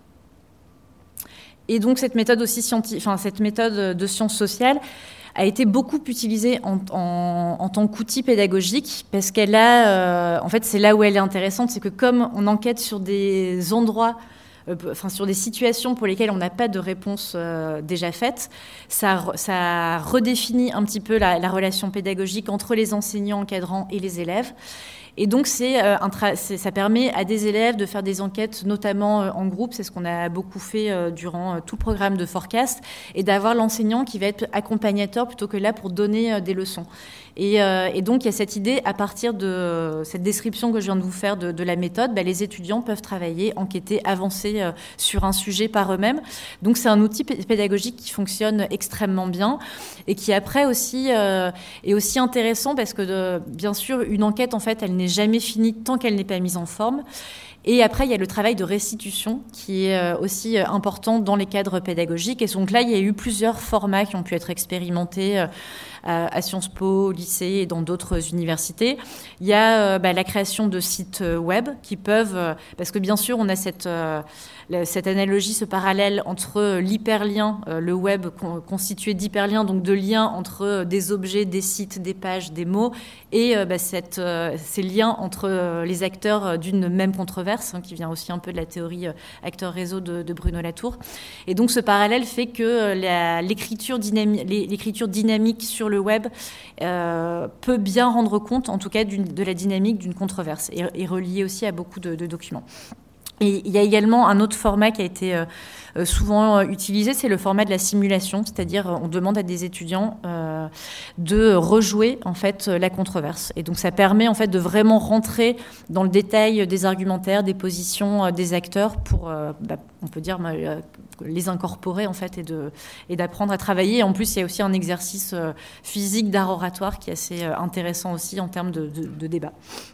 Et donc cette méthode aussi cette méthode de sciences sociales a été beaucoup utilisée en tant qu'outil pédagogique parce qu'elle a, en fait, c'est là où elle est intéressante, c'est que comme on enquête sur des endroits, sur des situations pour lesquelles on n'a pas de réponse déjà faite, ça redéfinit un petit peu la relation pédagogique entre les enseignants encadrants et les élèves. Et donc, ça permet à des élèves de faire des enquêtes, notamment en groupe, c'est ce qu'on a beaucoup fait durant tout le programme de Forecast, et d'avoir l'enseignant qui va être accompagnateur plutôt que là pour donner des leçons. Et donc, il y a cette idée, à partir de cette description que je viens de vous faire de la méthode, les étudiants peuvent travailler, enquêter, avancer sur un sujet par eux-mêmes. Donc, c'est un outil pédagogique qui fonctionne extrêmement bien et qui, après, aussi est aussi intéressant parce que, bien sûr, une enquête, en fait, elle n'est jamais finie tant qu'elle n'est pas mise en forme. Et après, il y a le travail de restitution qui est aussi important dans les cadres pédagogiques. Et donc là, il y a eu plusieurs formats qui ont pu être expérimentés à Sciences Po, au lycée et dans d'autres universités. Il y a la création de sites web qui peuvent... parce que bien sûr, on a cette analogie, ce parallèle entre l'hyperlien, le web constitué d'hyperliens, donc de liens entre des objets, des sites, des pages, des mots, et ces liens entre les acteurs d'une même controverse, qui vient aussi un peu de la théorie acteur-réseau de Bruno Latour. Et donc ce parallèle fait que l'écriture dynamique sur le web peut bien rendre compte, en tout cas, de la dynamique d'une controverse, et reliée aussi à beaucoup de documents. Et il y a également un autre format qui a été souvent utilisé, c'est le format de la simulation, c'est-à-dire on demande à des étudiants de rejouer en fait la controverse. Et donc ça permet en fait de vraiment rentrer dans le détail des argumentaires, des positions des acteurs pour, on peut dire, les incorporer en fait et d'apprendre à travailler. Et en plus, il y a aussi un exercice physique d'art oratoire qui est assez intéressant aussi en termes de débat.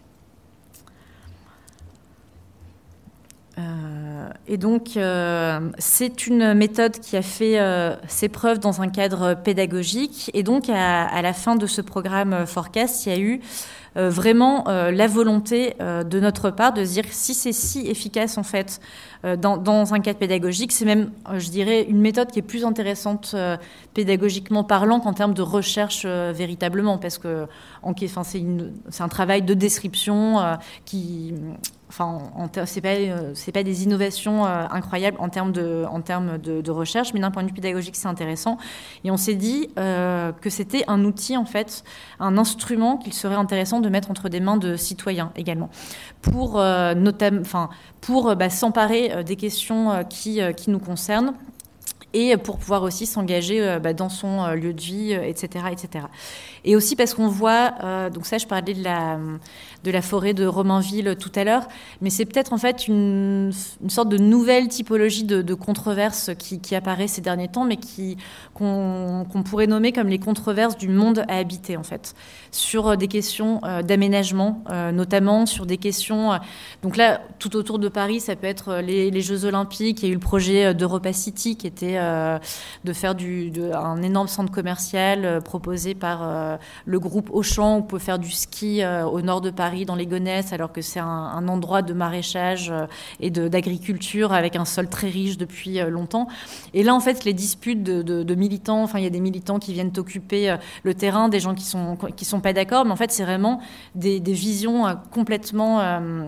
Et donc, c'est une méthode qui a fait ses preuves dans un cadre pédagogique. Et donc, à la fin de ce programme Forecast, il y a eu vraiment la volonté de notre part de se dire si c'est si efficace en fait dans un cadre pédagogique, c'est même, je dirais, une méthode qui est plus intéressante pédagogiquement parlant qu'en termes de recherche véritablement, parce que c'est un travail de description qui... c'est pas des innovations incroyables en termes de recherche, mais d'un point de vue pédagogique, c'est intéressant. Et on s'est dit que c'était un outil, en fait, un instrument qu'il serait intéressant de mettre entre des mains de citoyens également, pour s'emparer des questions qui nous concernent, et pour pouvoir aussi s'engager dans son lieu de vie, etc., etc. Et aussi parce qu'on voit, donc ça je parlais de la forêt de Romainville tout à l'heure, mais c'est peut-être en fait une sorte de nouvelle typologie de controverses qui apparaît ces derniers temps, mais qu'on pourrait nommer comme les controverses du monde à habiter en fait, sur des questions d'aménagement, notamment sur des questions, donc là tout autour de Paris, ça peut être les Jeux Olympiques, il y a eu le projet d'Europa City qui était de faire un énorme centre commercial proposé par le groupe Auchan, où on peut faire du ski au nord de Paris, dans les Gonesse, alors que c'est un endroit de maraîchage et d'agriculture avec un sol très riche depuis longtemps. Et là, en fait, les disputes de militants, il y a des militants qui viennent occuper le terrain, des gens qui sont pas d'accord, mais en fait, c'est vraiment des visions complètement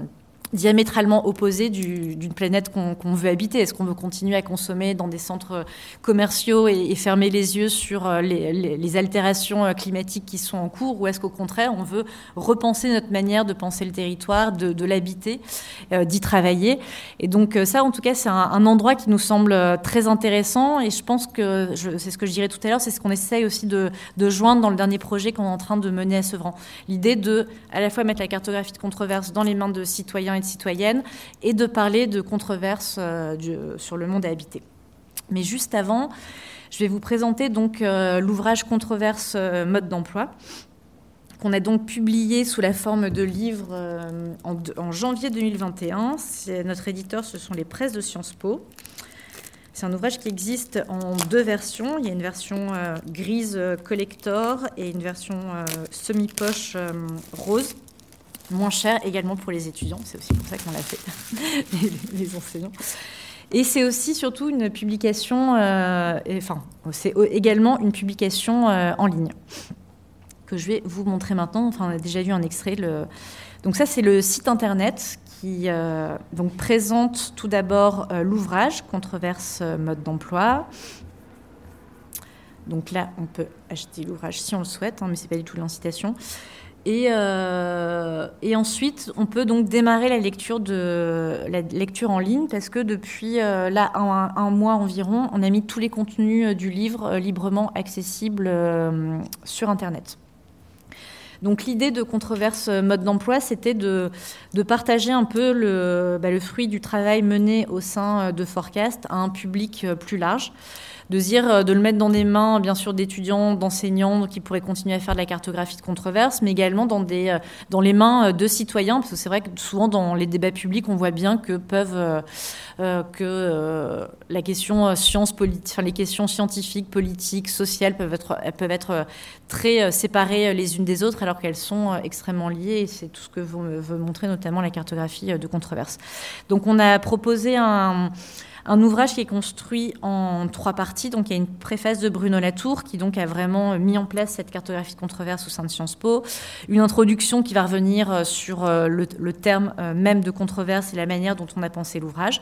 diamétralement opposés d'une planète qu'on veut habiter. Est-ce qu'on veut continuer à consommer dans des centres commerciaux et fermer les yeux sur les altérations climatiques qui sont en cours, ou est-ce qu'au contraire, on veut repenser notre manière de penser le territoire, de l'habiter, d'y travailler. Et donc ça, en tout cas, c'est un endroit qui nous semble très intéressant, et je pense que, c'est ce que je dirais tout à l'heure, c'est ce qu'on essaye aussi de joindre dans le dernier projet qu'on est en train de mener à Sevran. L'idée de, à la fois, mettre la cartographie de controverses dans les mains de citoyens et de citoyennes, et de parler de controverses sur le monde à habiter. Mais juste avant, je vais vous présenter donc l'ouvrage Controverses mode d'emploi, qu'on a donc publié sous la forme de livre en janvier 2021. Notre éditeur, ce sont les presses de Sciences Po. C'est un ouvrage qui existe en 2 versions. Il y a une version grise collector et une version semi-poche rose. Moins cher également pour les étudiants, c'est aussi pour ça qu'on l'a fait, les enseignants. Et c'est aussi surtout une publication, c'est également une publication en ligne, que je vais vous montrer maintenant. Enfin, on a déjà vu un extrait. Donc ça, c'est le site internet qui donc présente tout d'abord l'ouvrage Controverses mode d'emploi. Donc là, on peut acheter l'ouvrage si on le souhaite, mais c'est pas du tout l'incitation. Et ensuite, on peut donc démarrer la lecture en ligne, parce que depuis là un mois environ, on a mis tous les contenus du livre librement accessibles sur Internet. Donc l'idée de Controverses mode d'emploi, c'était de partager un peu le fruit du travail mené au sein de Forecast à un public plus large. De le mettre dans des mains, bien sûr, d'étudiants, d'enseignants qui pourraient continuer à faire de la cartographie de controverses, mais également dans les mains de citoyens, parce que c'est vrai que souvent dans les débats publics, on voit bien que la question les questions scientifiques, politiques, sociales peuvent être très séparées les unes des autres, alors qu'elles sont extrêmement liées, et c'est tout ce que veut montrer notamment la cartographie de controverses. Donc on a proposé un ouvrage qui est construit en 3 parties. Donc, il y a une préface de Bruno Latour qui donc a vraiment mis en place cette cartographie de controverses au sein de Sciences Po. Une introduction qui va revenir sur le terme même de controverse et la manière dont on a pensé l'ouvrage.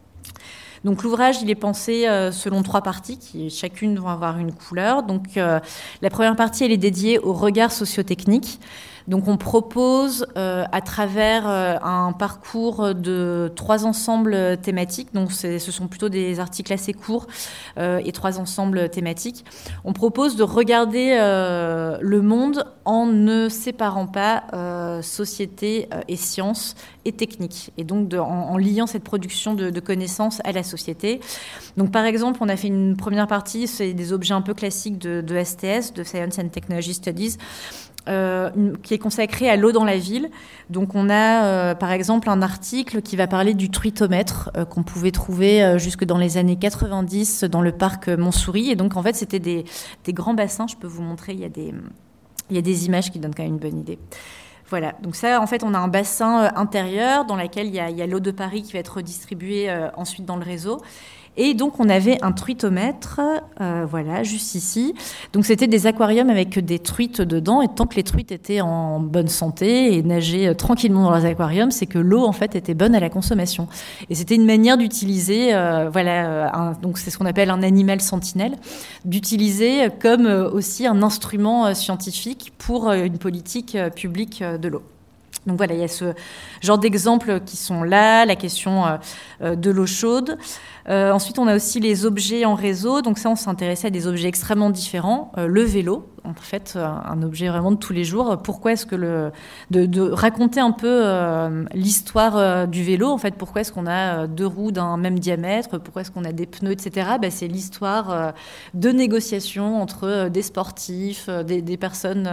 Donc l'ouvrage, il est pensé selon 3 parties qui chacune vont avoir une couleur. Donc la première partie, elle est dédiée au regard sociotechnique. Donc on propose à travers un parcours de 3 ensembles thématiques, donc ce sont plutôt des articles assez courts et 3 ensembles thématiques. On propose de regarder le monde en ne séparant pas société et sciences et technique, et donc en liant cette production de connaissances à la société. Donc par exemple, on a fait une première partie, c'est des objets un peu classiques de STS, de Science and Technology Studies, qui est consacré à l'eau dans la ville. Donc on a par exemple un article qui va parler du truitomètre qu'on pouvait trouver jusque dans les années 90 dans le parc Montsouris. Et donc en fait c'était des grands bassins. Je peux vous montrer, il y a des images qui donnent quand même une bonne idée. Voilà, donc ça en fait on a un bassin intérieur dans lequel il y a l'eau de Paris qui va être redistribuée ensuite dans le réseau. Et donc, on avait un truitomètre, voilà, juste ici. Donc, c'était des aquariums avec des truites dedans. Et tant que les truites étaient en bonne santé et nageaient tranquillement dans leurs aquariums, c'est que l'eau, en fait, était bonne à la consommation. Et c'était une manière d'utiliser, donc c'est ce qu'on appelle un animal sentinelle, d'utiliser comme aussi un instrument scientifique pour une politique publique de l'eau. Donc voilà, il y a ce genre d'exemples qui sont là, la question de l'eau chaude. Ensuite, on a aussi les objets en réseau. Donc ça, on s'intéressait à des objets extrêmement différents. Le vélo, en fait, un objet vraiment de tous les jours. Pourquoi est-ce que de raconter un peu l'histoire du vélo, en fait, pourquoi est-ce qu'on a 2 roues d'un même diamètre, pourquoi est-ce qu'on a des pneus, etc. C'est l'histoire de négociations entre des sportifs, des personnes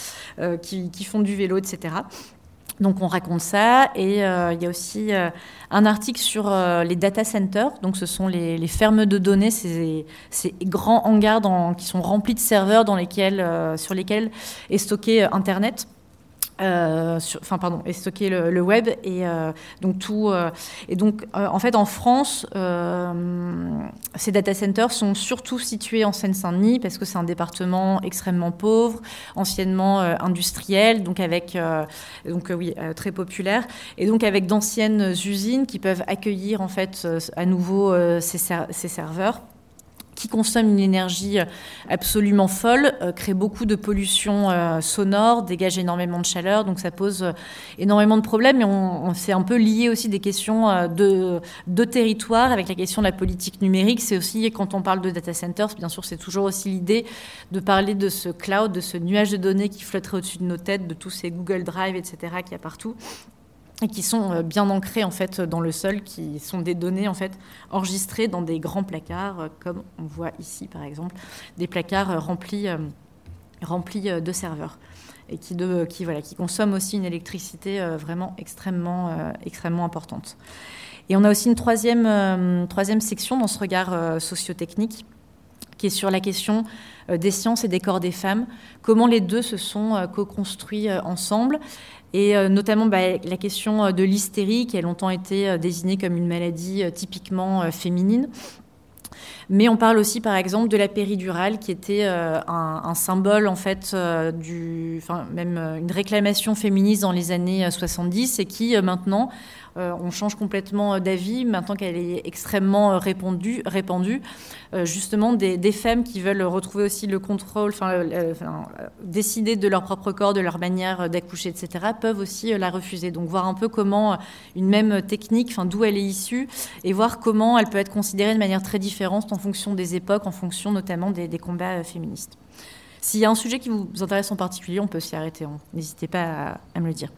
qui font du vélo, etc. Donc on raconte ça, et il y a aussi un article sur les data centers. Donc ce sont les fermes de données, ces grands hangars qui sont remplis de serveurs sur lesquels est stocké Internet. et stocker le web et donc en fait en France ces data centers sont surtout situés en Seine-Saint-Denis parce que c'est un département extrêmement pauvre, anciennement industriel, donc très populaire, et donc avec d'anciennes usines qui peuvent accueillir en fait à nouveau ces serveurs, qui consomment une énergie absolument folle, crée beaucoup de pollution sonore, dégage énormément de chaleur, donc ça pose énormément de problèmes. Et on s'est un peu lié aussi des questions de territoire avec la question de la politique numérique. C'est aussi, quand on parle de data centers, bien sûr, c'est toujours aussi l'idée de parler de ce cloud, de ce nuage de données qui flotterait au-dessus de nos têtes, de tous ces Google Drive, etc., qu'il y a partout, et qui sont bien ancrés en fait dans le sol, qui sont des données en fait enregistrées dans des grands placards, comme on voit ici par exemple, des placards remplis de serveurs, et qui consomment aussi une électricité vraiment extrêmement importante. Et on a aussi une troisième section dans ce regard sociotechnique, qui est sur la question des sciences et des corps des femmes, comment les deux se sont co-construits ensemble. Et notamment la question de l'hystérie, qui a longtemps été désignée comme une maladie typiquement féminine. Mais on parle aussi, par exemple, de la péridurale, qui était un symbole, en fait, même une réclamation féministe dans les années 70, et qui, maintenant, on change complètement d'avis, maintenant qu'elle est extrêmement répandue. Justement, des femmes qui veulent retrouver aussi le contrôle, décider de leur propre corps, de leur manière d'accoucher, etc., peuvent aussi la refuser. Donc, voir un peu comment une même technique, d'où elle est issue, et voir comment elle peut être considérée de manière très différente en fonction des époques, en fonction notamment des combats féministes. S'il y a un sujet qui vous intéresse en particulier, on peut s'y arrêter. N'hésitez pas à me le dire.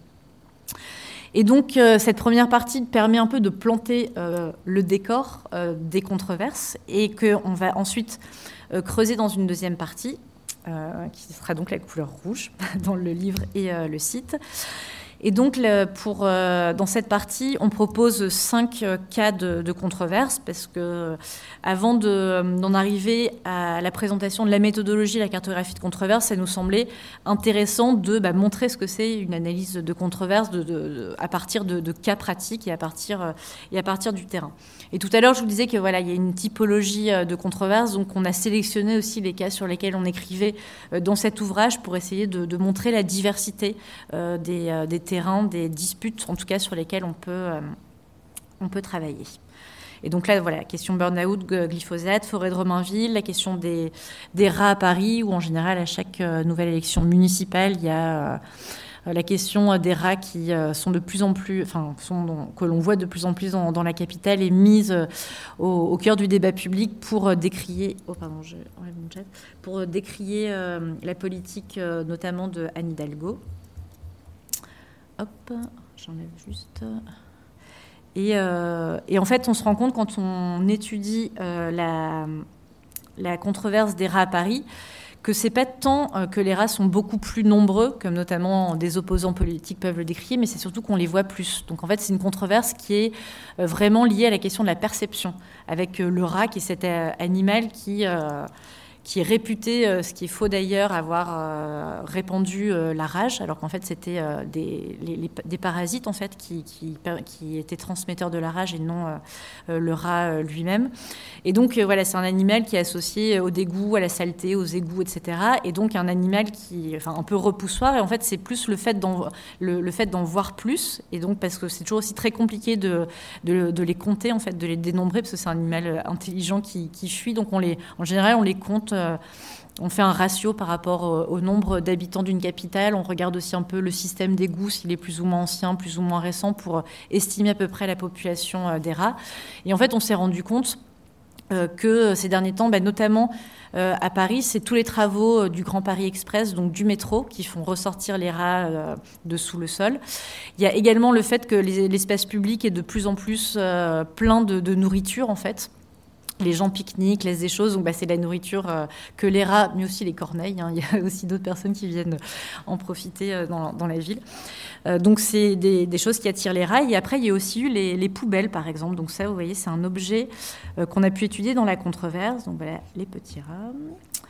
Et donc, cette première partie permet un peu de planter le décor des controverses, et qu'on va ensuite creuser dans une deuxième partie, qui sera donc la couleur rouge dans le livre et le site. Et donc, dans cette partie, on propose 5 cas de controverse, parce que avant d'en arriver à la présentation de la méthodologie, la cartographie de controverse, ça nous semblait intéressant de montrer ce que c'est une analyse de controverse à partir de cas pratiques et à partir du terrain. Et tout à l'heure, je vous disais que il y a une typologie de controverse, donc on a sélectionné aussi les cas sur lesquels on écrivait dans cet ouvrage pour essayer de montrer la diversité des terrains, des disputes, en tout cas sur lesquels on peut travailler. Et donc là, la question burn-out, glyphosate, forêt de Romainville, la question des rats à Paris, où en général, à chaque nouvelle élection municipale, il y a la question des rats qui sont de plus en plus, que l'on voit de plus en plus dans la capitale, et mise au cœur du débat public pour décrier, pour décrier la politique notamment de Anne Hidalgo. Hop, j'enlève juste. Et en fait, on se rend compte quand on étudie la controverse des rats à Paris, que c'est pas tant que les rats sont beaucoup plus nombreux, comme notamment des opposants politiques peuvent le décrire, mais c'est surtout qu'on les voit plus. Donc en fait, c'est une controverse qui est vraiment liée à la question de la perception, avec le rat qui est cet animal qui est réputé, ce qui est faux d'ailleurs, avoir répandu la rage, alors qu'en fait c'était des parasites en fait qui étaient transmetteurs de la rage et non le rat lui-même. Et donc c'est un animal qui est associé au dégoût, à la saleté, aux égouts, etc. Et donc un animal qui est un peu repoussoir. Et en fait c'est plus le fait d'en voir plus. Et donc parce que c'est toujours aussi très compliqué de les compter en fait, de les dénombrer, parce que c'est un animal intelligent qui fuit. Donc en général on les compte. On fait un ratio par rapport au nombre d'habitants d'une capitale. On regarde aussi un peu le système d'égouts, s'il est plus ou moins ancien, plus ou moins récent, pour estimer à peu près la population des rats. Et en fait, on s'est rendu compte que ces derniers temps, notamment à Paris, c'est tous les travaux du Grand Paris Express, donc du métro, qui font ressortir les rats de sous le sol. Il y a également le fait que l'espace public est de plus en plus plein de nourriture, en fait. Les gens pique-niquent, laissent des choses, donc c'est la nourriture que les rats, mais aussi les corneilles. Il y a aussi d'autres personnes qui viennent en profiter dans la ville. Donc c'est des choses qui attirent les rats. Et après, il y a aussi eu les poubelles, par exemple. Donc ça, vous voyez, c'est un objet qu'on a pu étudier dans la controverse. Donc voilà, les petits rats.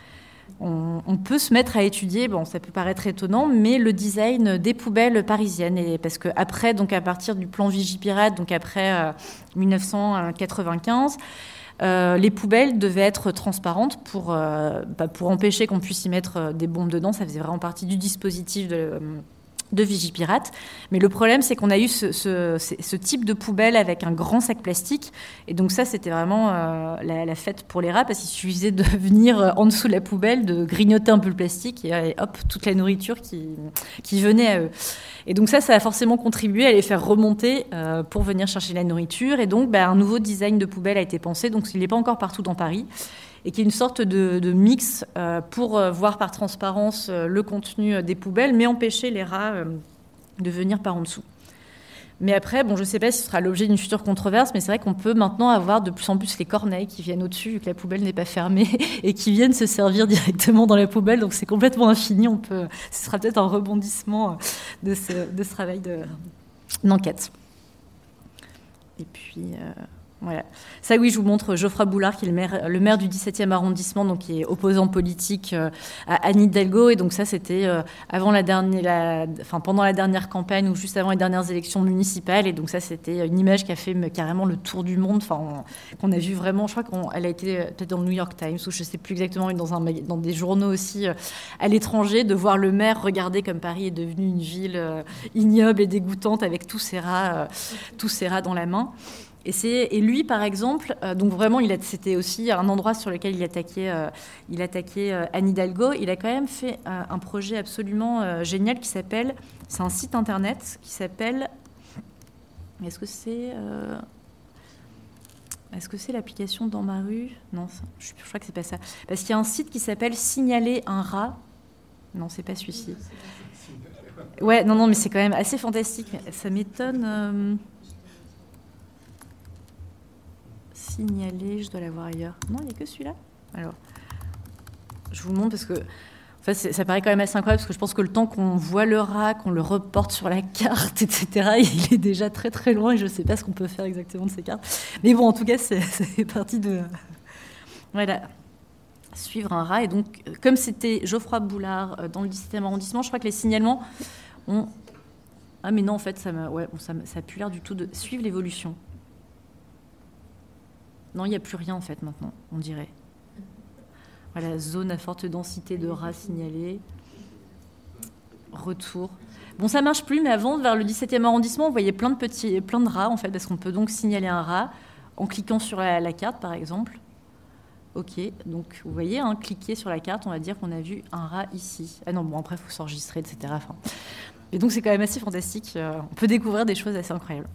on peut se mettre à étudier, bon, ça peut paraître étonnant, mais le design des poubelles parisiennes. Et parce qu'après, donc à partir du plan Vigipirate, donc après 1995, les poubelles devaient être transparentes pour empêcher qu'on puisse y mettre des bombes dedans. Ça faisait vraiment partie du dispositif de Vigipirate. Mais le problème, c'est qu'on a eu ce type de poubelle avec un grand sac plastique. Et donc ça, c'était vraiment la fête pour les rats, parce qu'il suffisait de venir en dessous de la poubelle, de grignoter un peu le plastique, et hop, toute la nourriture qui venait à eux. Et donc ça a forcément contribué à les faire remonter pour venir chercher la nourriture. Et donc, un nouveau design de poubelle a été pensé. Donc il n'est pas encore partout dans Paris, et qui est une sorte de mix pour voir par transparence le contenu des poubelles, mais empêcher les rats de venir par en dessous. Mais après, je ne sais pas si ce sera l'objet d'une future controverse, mais c'est vrai qu'on peut maintenant avoir de plus en plus les corneilles qui viennent au-dessus, vu que la poubelle n'est pas fermée, et qui viennent se servir directement dans la poubelle. Donc c'est complètement infini. Ce sera peut-être un rebondissement de ce travail d'enquête. Et puis... Voilà. Ça, oui, je vous montre Geoffroy Boulard, qui est le maire du 17e arrondissement, donc qui est opposant politique à Anne Hidalgo. Et donc ça, c'était pendant la dernière campagne ou juste avant les dernières élections municipales. Et donc ça, c'était une image qui a fait carrément le tour du monde, qu'on a vu vraiment. Je crois qu'elle a été peut-être dans le New York Times, ou je ne sais plus exactement, mais dans des journaux aussi à l'étranger, de voir le maire regarder comme Paris est devenu une ville ignoble et dégoûtante avec tous ces rats dans la main. Et lui, par exemple, donc vraiment, c'était aussi un endroit sur lequel il attaquait Anne Hidalgo. Il a quand même fait un projet absolument génial c'est un site internet qui s'appelle, est-ce que c'est l'application Dans ma rue? Non, je crois que c'est pas ça. Parce qu'il y a un site qui s'appelle Signaler un rat. Non, c'est pas celui-ci. Ouais, non, mais c'est quand même assez fantastique. Ça m'étonne. Signaler, je dois l'avoir ailleurs. Non, il n'y a que celui-là. Alors, je vous le montre parce que ça paraît quand même assez incroyable, parce que je pense que le temps qu'on voit le rat, qu'on le reporte sur la carte, etc., il est déjà très très loin et je ne sais pas ce qu'on peut faire exactement de ces cartes. Mais bon, en tout cas, c'est parti de... Voilà. Suivre un rat. Et donc, comme c'était Geoffroy Boulard dans le 17e arrondissement, je crois que les signalements ont... Ah mais non, en fait, ça a plus l'air du tout de suivre l'évolution. Non, il n'y a plus rien en fait maintenant, on dirait. Voilà, zone à forte densité de rats signalés. Retour. Bon, ça marche plus, mais avant, vers le 17e arrondissement, on voyait plein de rats en fait, parce qu'on peut donc signaler un rat en cliquant sur la carte, par exemple. Ok, donc vous voyez, cliquer sur la carte, on va dire qu'on a vu un rat ici. Ah non, bon, après, il faut s'enregistrer, etc. Et donc, c'est quand même assez fantastique. On peut découvrir des choses assez incroyables.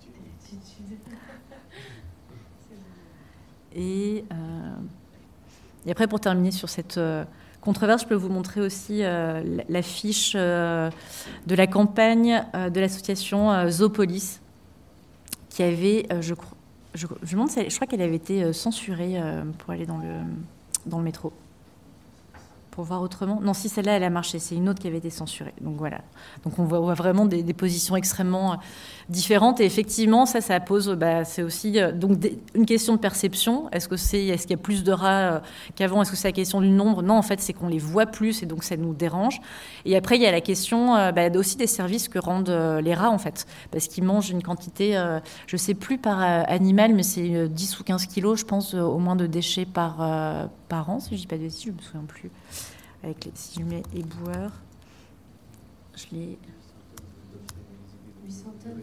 Et après, pour terminer sur cette controverse, je peux vous montrer aussi l'affiche de la campagne de l'association Zoopolis, qui avait, je crois qu'elle avait été censurée pour aller dans le métro. Pour voir autrement. Non, si celle-là, elle a marché. C'est une autre qui avait été censurée. Donc voilà. Donc on voit vraiment des positions extrêmement différentes. Et effectivement, ça pose... c'est aussi une question de perception. Est-ce qu'il y a plus de rats qu'avant? Est-ce que c'est la question du nombre? Non, en fait, c'est qu'on les voit plus et donc ça nous dérange. Et après, il y a la question aussi des services que rendent les rats, en fait. Parce qu'ils mangent une quantité, je ne sais plus par animal, mais c'est 10 ou 15 kilos, je pense, au moins de déchets par an, si je ne dis pas de bêtises, je ne me souviens plus. Si je mets éboueur, je l'ai... 800 tonnes.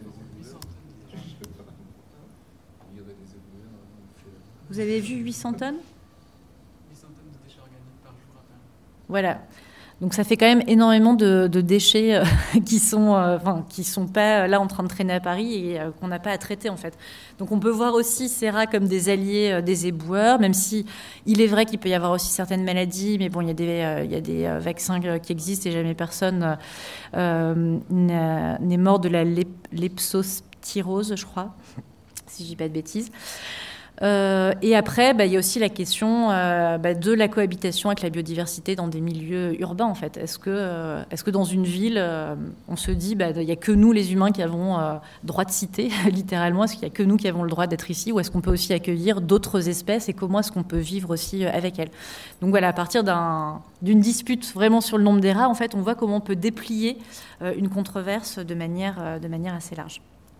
Vous avez vu 800 tonnes? 800 tonnes de déchets organiques par jour à Paris. Voilà. Donc ça fait quand même énormément de déchets qui sont pas là en train de traîner à Paris et qu'on n'a pas à traiter en fait. Donc on peut voir aussi ces rats comme des alliés des éboueurs, même si il est vrai qu'il peut y avoir aussi certaines maladies, mais bon, il y a des vaccins qui existent et jamais personne n'est mort de la leptospirose, je crois, si je dis pas de bêtises. Et après, il y a aussi la question de la cohabitation avec la biodiversité dans des milieux urbains, en fait. Est-ce que dans une ville, on se dit, il n'y a que nous, les humains, qui avons droit de cité, littéralement? Est-ce qu'il n'y a que nous qui avons le droit d'être ici? Ou est-ce qu'on peut aussi accueillir d'autres espèces? Et comment est-ce qu'on peut vivre aussi avec elles? Donc voilà, à partir d'une dispute vraiment sur le nombre des rats, en fait, on voit comment on peut déplier une controverse de manière assez large.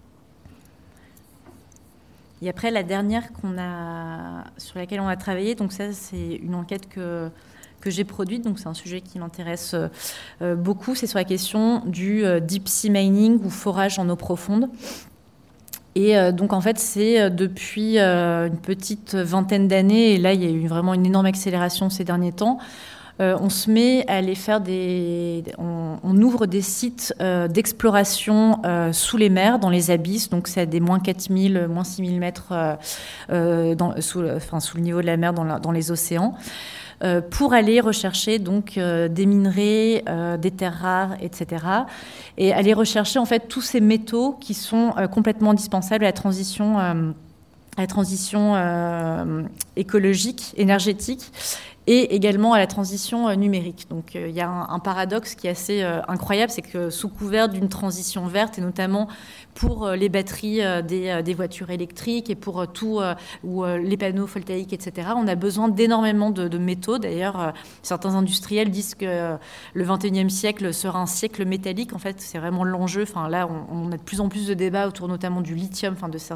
Et après, la dernière sur laquelle on a travaillé, donc ça, c'est une enquête que j'ai produite, donc c'est un sujet qui m'intéresse beaucoup, c'est sur la question du deep sea mining ou forage en eau profonde. Et donc, en fait, c'est depuis une petite vingtaine d'années, et là, il y a eu vraiment une énorme accélération ces derniers temps. On se met à aller faire on ouvre des sites d'exploration sous les mers, dans les abysses, donc c'est à des moins 4000, moins 6000 mètres sous le niveau de la mer dans les océans, pour aller rechercher donc des minerais, des terres rares, etc. Et aller rechercher en fait tous ces métaux qui sont complètement indispensables à la transition écologique, énergétique, et également à la transition numérique. Donc il y a un paradoxe qui est assez incroyable, c'est que sous couvert d'une transition verte, et notamment pour les batteries des voitures électriques et pour ou les panneaux photovoltaïques, etc., on a besoin d'énormément de métaux. D'ailleurs, certains industriels disent que le 21e siècle sera un siècle métallique. En fait, c'est vraiment l'enjeu. Enfin, là, on a de plus en plus de débats autour notamment du lithium, enfin, de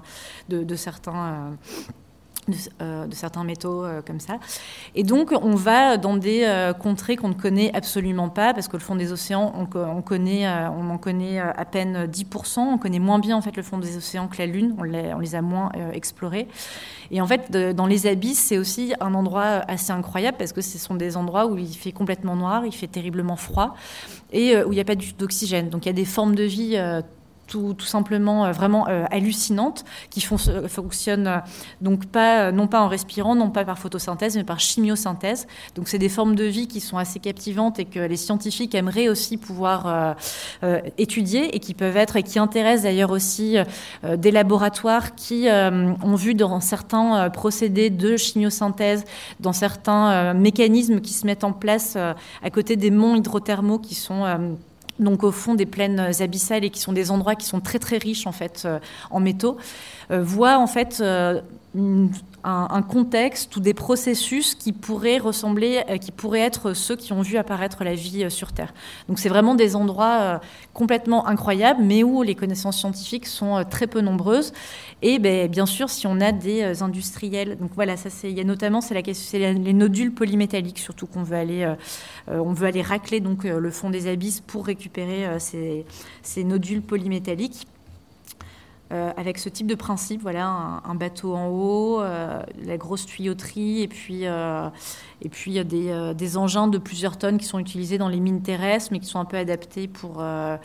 certains métaux comme ça. Et donc, on va dans des contrées qu'on ne connaît absolument pas, parce que le fond des océans, on en connaît à peine 10%. On connaît moins bien en fait, le fond des océans que la Lune. On les a moins explorés. Et en fait, dans les abysses, c'est aussi un endroit assez incroyable, parce que ce sont des endroits où il fait complètement noir, il fait terriblement froid, et où il n'y a pas du tout d'oxygène. Donc, il y a des formes de vie tout simplement vraiment hallucinantes, qui fonctionnent donc non pas en respirant, non pas par photosynthèse, mais par chimiosynthèse. Donc c'est des formes de vie qui sont assez captivantes et que les scientifiques aimeraient aussi pouvoir étudier, et qui intéressent d'ailleurs aussi des laboratoires qui ont vu dans certains procédés de chimiosynthèse, dans certains mécanismes qui se mettent en place à côté des monts hydrothermaux qui sont donc au fond des plaines abyssales, et qui sont des endroits qui sont très très riches en fait en métaux, voient en fait un contexte ou des processus qui pourraient être ceux qui ont vu apparaître la vie sur Terre. Donc c'est vraiment des endroits complètement incroyables, mais où les connaissances scientifiques sont très peu nombreuses. Et bien sûr, si on a des industriels, donc voilà, il y a notamment c'est les nodules polymétalliques surtout qu'on veut aller, on veut aller racler donc le fond des abysses pour récupérer ces nodules polymétalliques. Avec ce type de principe, voilà, un bateau en haut, la grosse tuyauterie, et puis il y a des engins de plusieurs tonnes qui sont utilisés dans les mines terrestres, mais qui sont un peu adaptés pour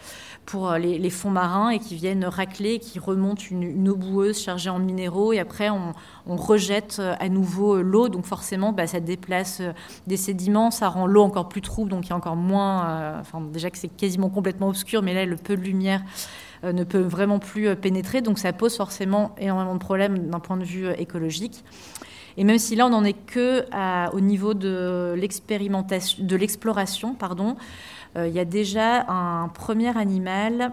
les fonds marins, et qui viennent racler, qui remontent une eau boueuse chargée en minéraux, et après on rejette à nouveau l'eau, donc forcément ça déplace des sédiments, ça rend l'eau encore plus trouble, donc il y a encore moins, déjà que c'est quasiment complètement obscur, mais là le peu de lumière ne peut vraiment plus pénétrer, donc ça pose forcément énormément de problèmes d'un point de vue écologique. Et même si là on n'en est que au niveau de l'exploration, il y a déjà un premier animal,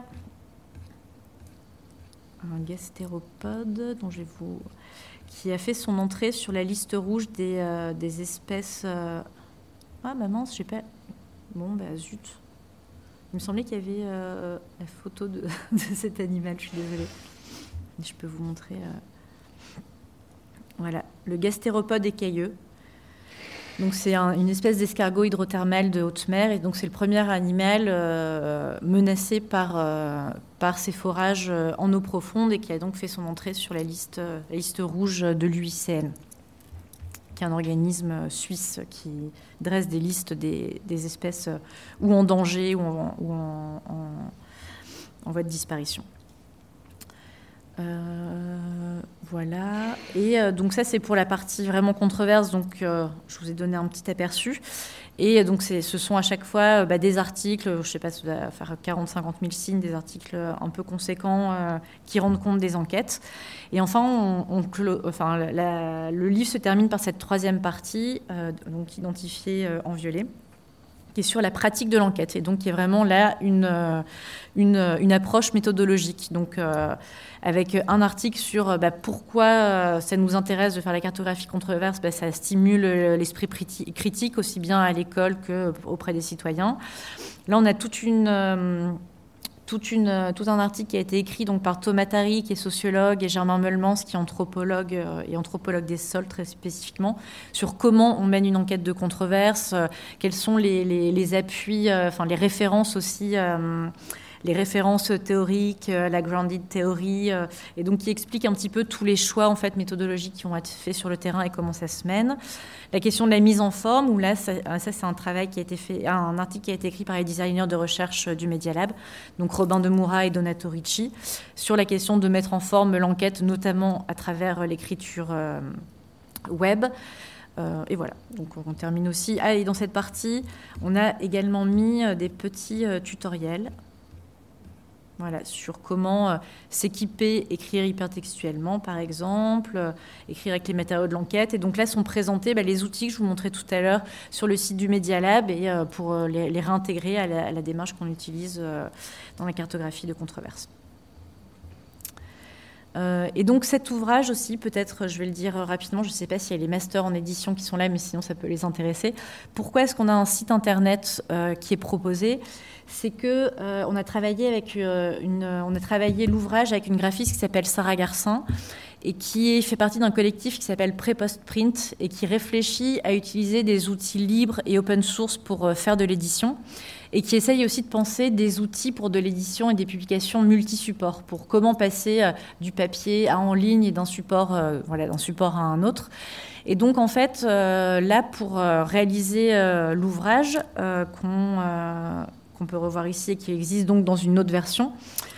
un gastéropode, qui a fait son entrée sur la liste rouge des espèces. Ah mince, je sais pas. Bon zut. Il me semblait qu'il y avait la photo de cet animal, je suis désolée. Je peux vous montrer. Voilà, le gastéropode écailleux. Donc c'est une espèce d'escargot hydrothermal de haute mer, et donc c'est le premier animal menacé par ces forages en eau profonde, et qui a donc fait son entrée sur la liste rouge de l'UICN, qui est un organisme suisse qui dresse des listes des espèces ou en danger ou en voie de disparition. Voilà. Et donc ça, c'est pour la partie vraiment controverse. Donc, je vous ai donné un petit aperçu. Et donc, ce sont à chaque fois des articles, je ne sais pas, ça doit faire 40-50 000 signes, des articles un peu conséquents qui rendent compte des enquêtes. Et enfin, le livre se termine par cette troisième partie, donc identifiée en violet, qui est sur la pratique de l'enquête, et donc qui est vraiment là une approche méthodologique. Donc, avec un article sur pourquoi ça nous intéresse de faire la cartographie controverse, ça stimule l'esprit critique aussi bien à l'école qu'auprès des citoyens. Là, on a tout un article qui a été écrit donc, par Thomas Tari, qui est sociologue, et Germain Meulemans, qui est anthropologue des sols très spécifiquement, sur comment on mène une enquête de controverse, quels sont les appuis, les références aussi, les références théoriques, la grounded theory, et donc qui explique un petit peu tous les choix en fait méthodologiques qui ont été faits sur le terrain et comment ça se mène. La question de la mise en forme, où là, ça c'est un travail qui a été fait, un article qui a été écrit par les designers de recherche du Media Lab, donc Robin de Moura et Donato Ricci, sur la question de mettre en forme l'enquête, notamment à travers l'écriture web. Et voilà, donc on termine aussi. Et dans cette partie, on a également mis des petits tutoriels. Voilà, sur comment s'équiper, écrire hypertextuellement, par exemple, écrire avec les matériaux de l'enquête. Et donc là sont présentés les outils que je vous montrais tout à l'heure sur le site du Media Lab et pour les réintégrer à la démarche qu'on utilise dans la cartographie de controverse. Et donc cet ouvrage aussi, peut-être je vais le dire rapidement, je ne sais pas s'il y a les masters en édition qui sont là, mais sinon ça peut les intéresser. Pourquoi est-ce qu'on a un site internet qui est proposé ? C'est que on a travaillé l'ouvrage avec une graphiste qui s'appelle Sarah Garcin et qui fait partie d'un collectif qui s'appelle Pré-Post-Print et qui réfléchit à utiliser des outils libres et open source pour faire de l'édition et qui essaye aussi de penser des outils pour de l'édition et des publications multi-supports pour comment passer du papier à en ligne et d'un support à un autre. Et donc, en fait, là, pour réaliser l'ouvrage qu'on peut revoir ici et qui existe donc dans une autre version,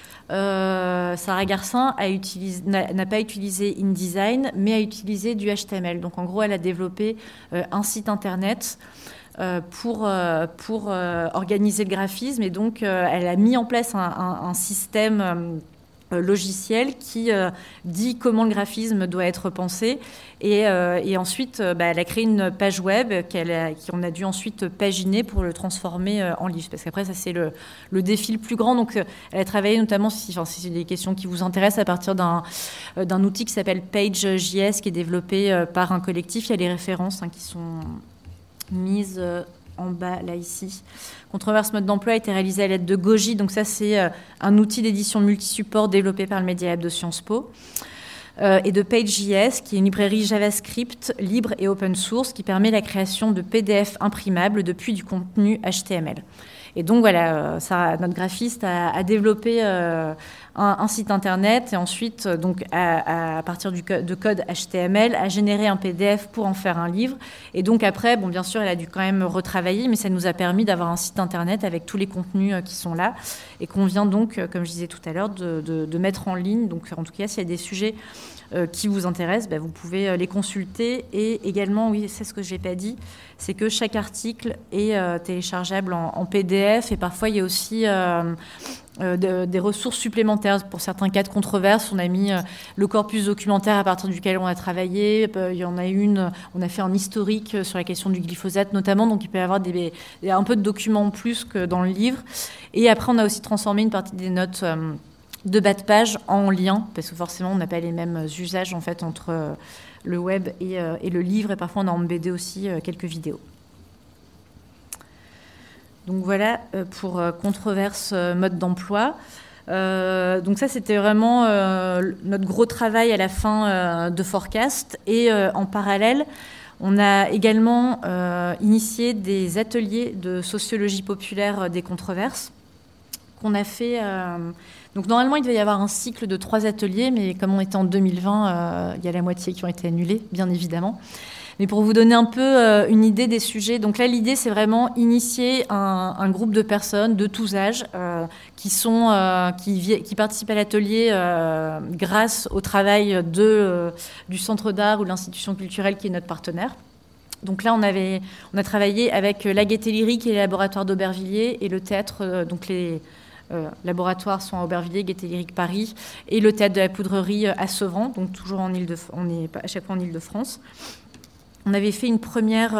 Sarah Garcin n'a pas utilisé InDesign, mais a utilisé du HTML. Donc, en gros, elle a développé un site internet pour organiser le graphisme. Et donc, elle a mis en place un système logiciel qui dit comment le graphisme doit être pensé et ensuite elle a créé une page web qu'on a dû ensuite paginer pour le transformer en livre, parce qu'après ça c'est le défi le plus grand. Donc elle a travaillé notamment, si c'est des questions qui vous intéressent, à partir d'un outil qui s'appelle Page.js qui est développé par un collectif. Il y a les références qui sont mises en bas, là, ici. Controverse mode d'emploi a été réalisé à l'aide de Goji. Donc ça, c'est un outil d'édition multi-support développé par le Media Lab de Sciences Po. Et de Page.js, qui est une librairie JavaScript libre et open source qui permet la création de PDF imprimables depuis du contenu HTML. Et donc voilà, notre graphiste a développé un site internet et ensuite, donc, à partir de code HTML, a généré un PDF pour en faire un livre. Et donc après, bien sûr, elle a dû quand même retravailler, mais ça nous a permis d'avoir un site internet avec tous les contenus qui sont là et qu'on vient donc, comme je disais tout à l'heure, de mettre en ligne. Donc en tout cas, s'il y a des sujets qui vous intéressent, vous pouvez les consulter. Et également, oui, c'est ce que je n'ai pas dit, c'est que chaque article est téléchargeable en PDF et parfois il y a aussi des ressources supplémentaires. Pour certains cas de controverse, on a mis le corpus documentaire à partir duquel on a travaillé. Il y en a on a fait un historique sur la question du glyphosate notamment, donc il peut y avoir un peu de documents en plus que dans le livre. Et après, on a aussi transformé une partie des notes de bas de page en lien, parce que forcément, on n'a pas les mêmes usages en fait entre le web et le livre, et parfois on a en BD aussi quelques vidéos. Donc voilà pour controverse mode d'emploi. Donc ça, c'était vraiment notre gros travail à la fin de Forecast. Et en parallèle, on a également initié des ateliers de sociologie populaire des controverses qu'on a fait. Donc normalement, il devait y avoir un cycle de 3 ateliers, mais comme on était en 2020, il y a la moitié qui ont été annulés, bien évidemment. Mais pour vous donner un peu une idée des sujets, donc là, l'idée, c'est vraiment initier un groupe de personnes de tous âges qui participent à l'atelier grâce au travail du Centre d'art ou de l'institution culturelle qui est notre partenaire. Donc là, on a travaillé avec la Gaîté Lyrique et les laboratoires d'Aubervilliers et le théâtre, donc les laboratoires sont à Aubervilliers, Gaîté Lyrique Paris, et le théâtre de la Poudrerie à Sevran, donc toujours on est à chaque fois en Île-de-France. On avait fait un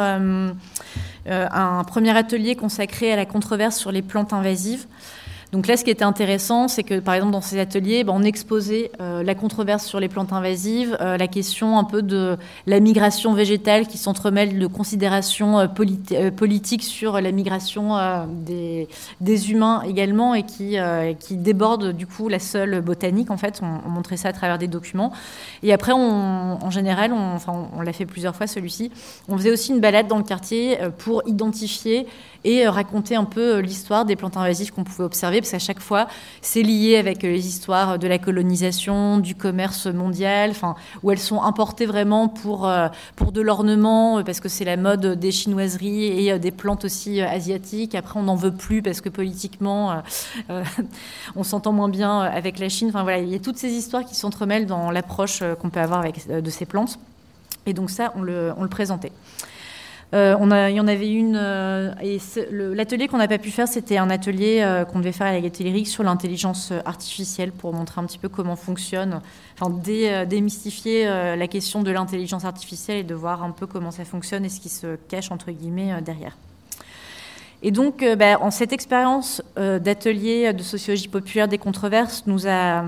premier atelier consacré à la controverse sur les plantes invasives. Donc là, ce qui était intéressant, c'est que, par exemple, dans ces ateliers, on exposait la controverse sur les plantes invasives, la question un peu de la migration végétale qui s'entremêle de considérations politiques sur la migration des humains également et qui déborde du coup la seule botanique. En fait, on montrait ça à travers des documents. Et après, en général, on l'a fait plusieurs fois celui-ci, on faisait aussi une balade dans le quartier pour identifier et raconter un peu l'histoire des plantes invasives qu'on pouvait observer, parce qu'à chaque fois, c'est lié avec les histoires de la colonisation, du commerce mondial, où elles sont importées vraiment pour de l'ornement, parce que c'est la mode des chinoiseries et des plantes aussi asiatiques. Après, on n'en veut plus parce que politiquement, on s'entend moins bien avec la Chine. Enfin, voilà, il y a toutes ces histoires qui s'entremêlent dans l'approche qu'on peut avoir de ces plantes. Et donc ça, on le présentait. Il y en avait une, et l'atelier qu'on n'a pas pu faire, c'était un atelier qu'on devait faire à la Gaîté Lyrique sur l'intelligence artificielle pour montrer un petit peu comment fonctionne, démystifier la question de l'intelligence artificielle et de voir un peu comment ça fonctionne et ce qui se cache entre guillemets derrière. Et donc, en cette expérience d'atelier de sociologie populaire des controverses nous a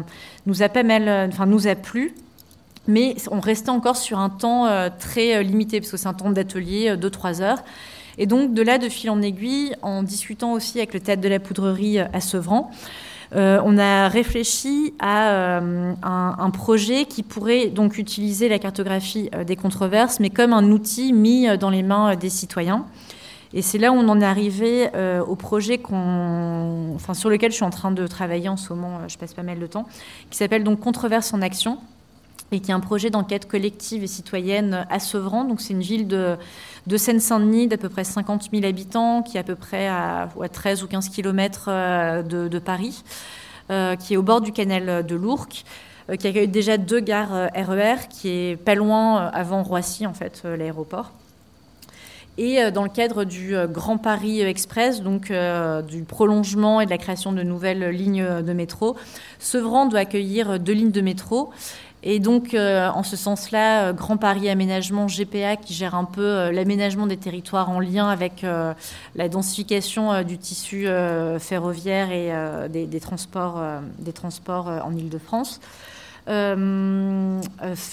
plu. Mais on restait encore sur un temps très limité, parce que c'est un temps d'atelier, 2-3 heures. Et donc, de là, de fil en aiguille, en discutant aussi avec le théâtre de la Poudrerie à Sevran, on a réfléchi à un projet qui pourrait donc utiliser la cartographie des controverses, mais comme un outil mis dans les mains des citoyens. Et c'est là où on en est arrivé au projet sur lequel je suis en train de travailler en ce moment, je passe pas mal de temps, qui s'appelle donc Controverses en action, et qui est un projet d'enquête collective et citoyenne à Sevran. Donc c'est une ville de Seine-Saint-Denis d'à peu près 50 000 habitants, qui est à peu près à 13 ou 15 kilomètres de Paris, qui est au bord du canal de l'Ourcq, qui accueille déjà 2 gares RER, qui est pas loin avant Roissy, en fait, l'aéroport. Et dans le cadre du Grand Paris Express, donc du prolongement et de la création de nouvelles lignes de métro, Sevran doit accueillir 2 lignes de métro. Et donc, en ce sens-là, Grand Paris Aménagement, GPA, qui gère un peu l'aménagement des territoires en lien avec la densification du tissu ferroviaire et des transports en Île-de-France, donne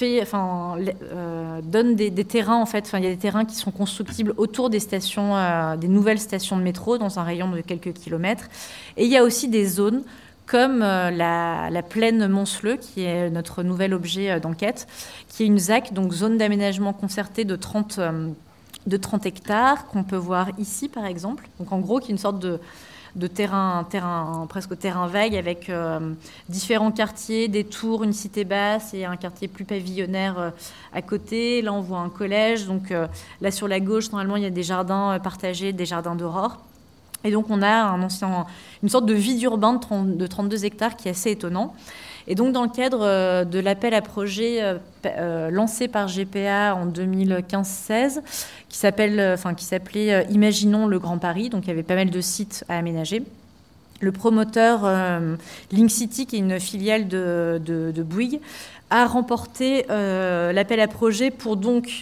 des terrains, en fait. Il y a des terrains qui sont constructibles autour des stations, des nouvelles stations de métro, dans un rayon de quelques kilomètres. Et il y a aussi des zones comme la plaine Monceleux, qui est notre nouvel objet d'enquête, qui est une ZAC, donc zone d'aménagement concerté de 30 hectares, qu'on peut voir ici, par exemple. Donc en gros, qui est une sorte de terrain presque terrain vague, avec différents quartiers, des tours, une cité basse et un quartier plus pavillonnaire à côté. Là, on voit un collège. Donc là, sur la gauche, normalement, il y a des jardins partagés, des jardins d'aurore. Et donc, on a une sorte de vide urbain de 32 hectares qui est assez étonnant. Et donc, dans le cadre de l'appel à projet lancé par GPA en 2015-16, qui s'appelait Imaginons le Grand Paris, donc il y avait pas mal de sites à aménager, le promoteur Link City, qui est une filiale de Bouygues, a remporté l'appel à projet pour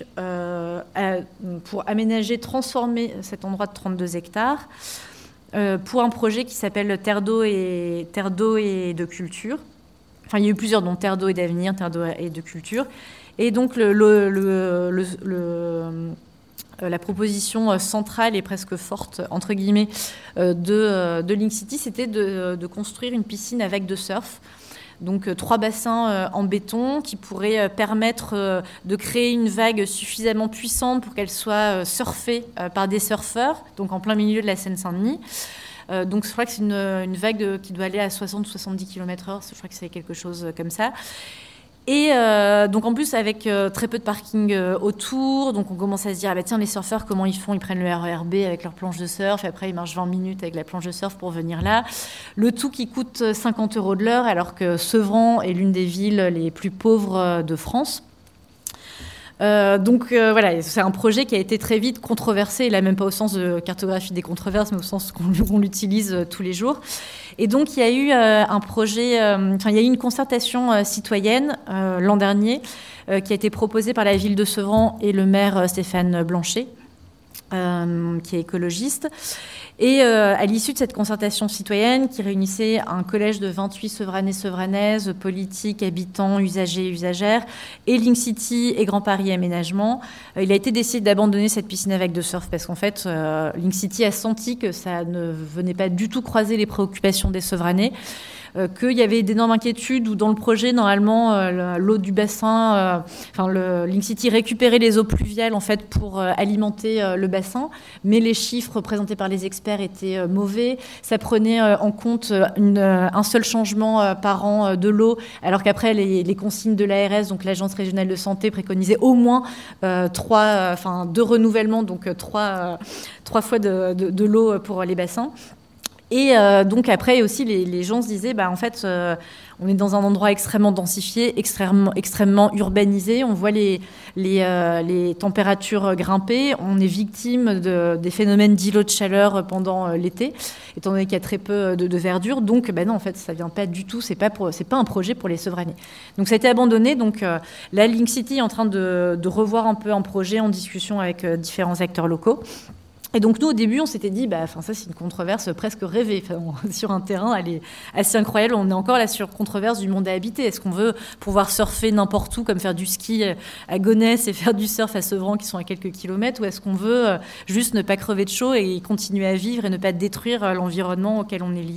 aménager, transformer cet endroit de 32 hectares pour un projet qui s'appelle Terre d'eau et de culture. Enfin, il y a eu plusieurs, dont Terre d'eau et d'avenir, Terre d'eau et de culture. Et donc, la proposition centrale et presque forte, entre guillemets, de Link City, c'était de construire une piscine à vagues de surf. Donc 3 bassins en béton qui pourraient permettre de créer une vague suffisamment puissante pour qu'elle soit surfée par des surfeurs, donc en plein milieu de la Seine-Saint-Denis. Donc je crois que c'est une vague qui doit aller à 60 ou 70 km/h, je crois que c'est quelque chose comme ça. Et donc en plus avec très peu de parking autour, donc on commence à se dire tiens, les surfeurs comment ils font, ils prennent le RER B avec leur planche de surf et après ils marchent 20 minutes avec la planche de surf pour venir là, le tout qui coûte 50 € de l'heure alors que Sevran est l'une des villes les plus pauvres de France. Donc voilà, c'est un projet qui a été très vite controversé, et là même pas au sens de cartographie des controverses, mais au sens qu'on l'utilise tous les jours. Et donc il y a eu un projet, il y a eu une concertation citoyenne l'an dernier qui a été proposée par la ville de Sevran et le maire Stéphane Blanchet, qui est écologiste. Et à l'issue de cette concertation citoyenne qui réunissait un collège de 28 Sevranais, Sevranaises, politiques, habitants, usagers et usagères, et Link City et Grand Paris Aménagement, il a été décidé d'abandonner cette piscine à vagues de surf parce qu'en fait, Link City a senti que ça ne venait pas du tout croiser les préoccupations des Sevranais, qu'il y avait d'énormes inquiétudes où dans le projet, normalement, l'eau du bassin, le Link City récupérait les eaux pluviales en fait, pour alimenter le bassin, mais les chiffres présentés par les experts étaient mauvais. Ça prenait en compte un seul changement par an de l'eau, alors qu'après, les consignes de l'ARS, donc l'Agence régionale de santé, préconisaient au moins 2 renouvellements, donc 3 fois de l'eau pour les bassins. Et donc après aussi les gens se disaient en fait on est dans un endroit extrêmement densifié, extrêmement urbanisé, on voit les températures grimper, on est victime des phénomènes d'îlots de chaleur pendant l'été, étant donné qu'il y a très peu de verdure, donc non en fait ça vient pas du tout, c'est pas un projet pour les Sevranais. Donc ça a été abandonné, donc la Link City est en train de revoir un peu un projet en discussion avec différents acteurs locaux. Et donc nous, au début, on s'était dit, ça c'est une controverse presque rêvée. Sur un terrain, elle est assez incroyable. On est encore là sur controverse du monde à habiter. Est-ce qu'on veut pouvoir surfer n'importe où, comme faire du ski à Gonesse et faire du surf à Sevran, qui sont à quelques kilomètres, ou est-ce qu'on veut juste ne pas crever de chaud et continuer à vivre et ne pas détruire l'environnement auquel on est lié ?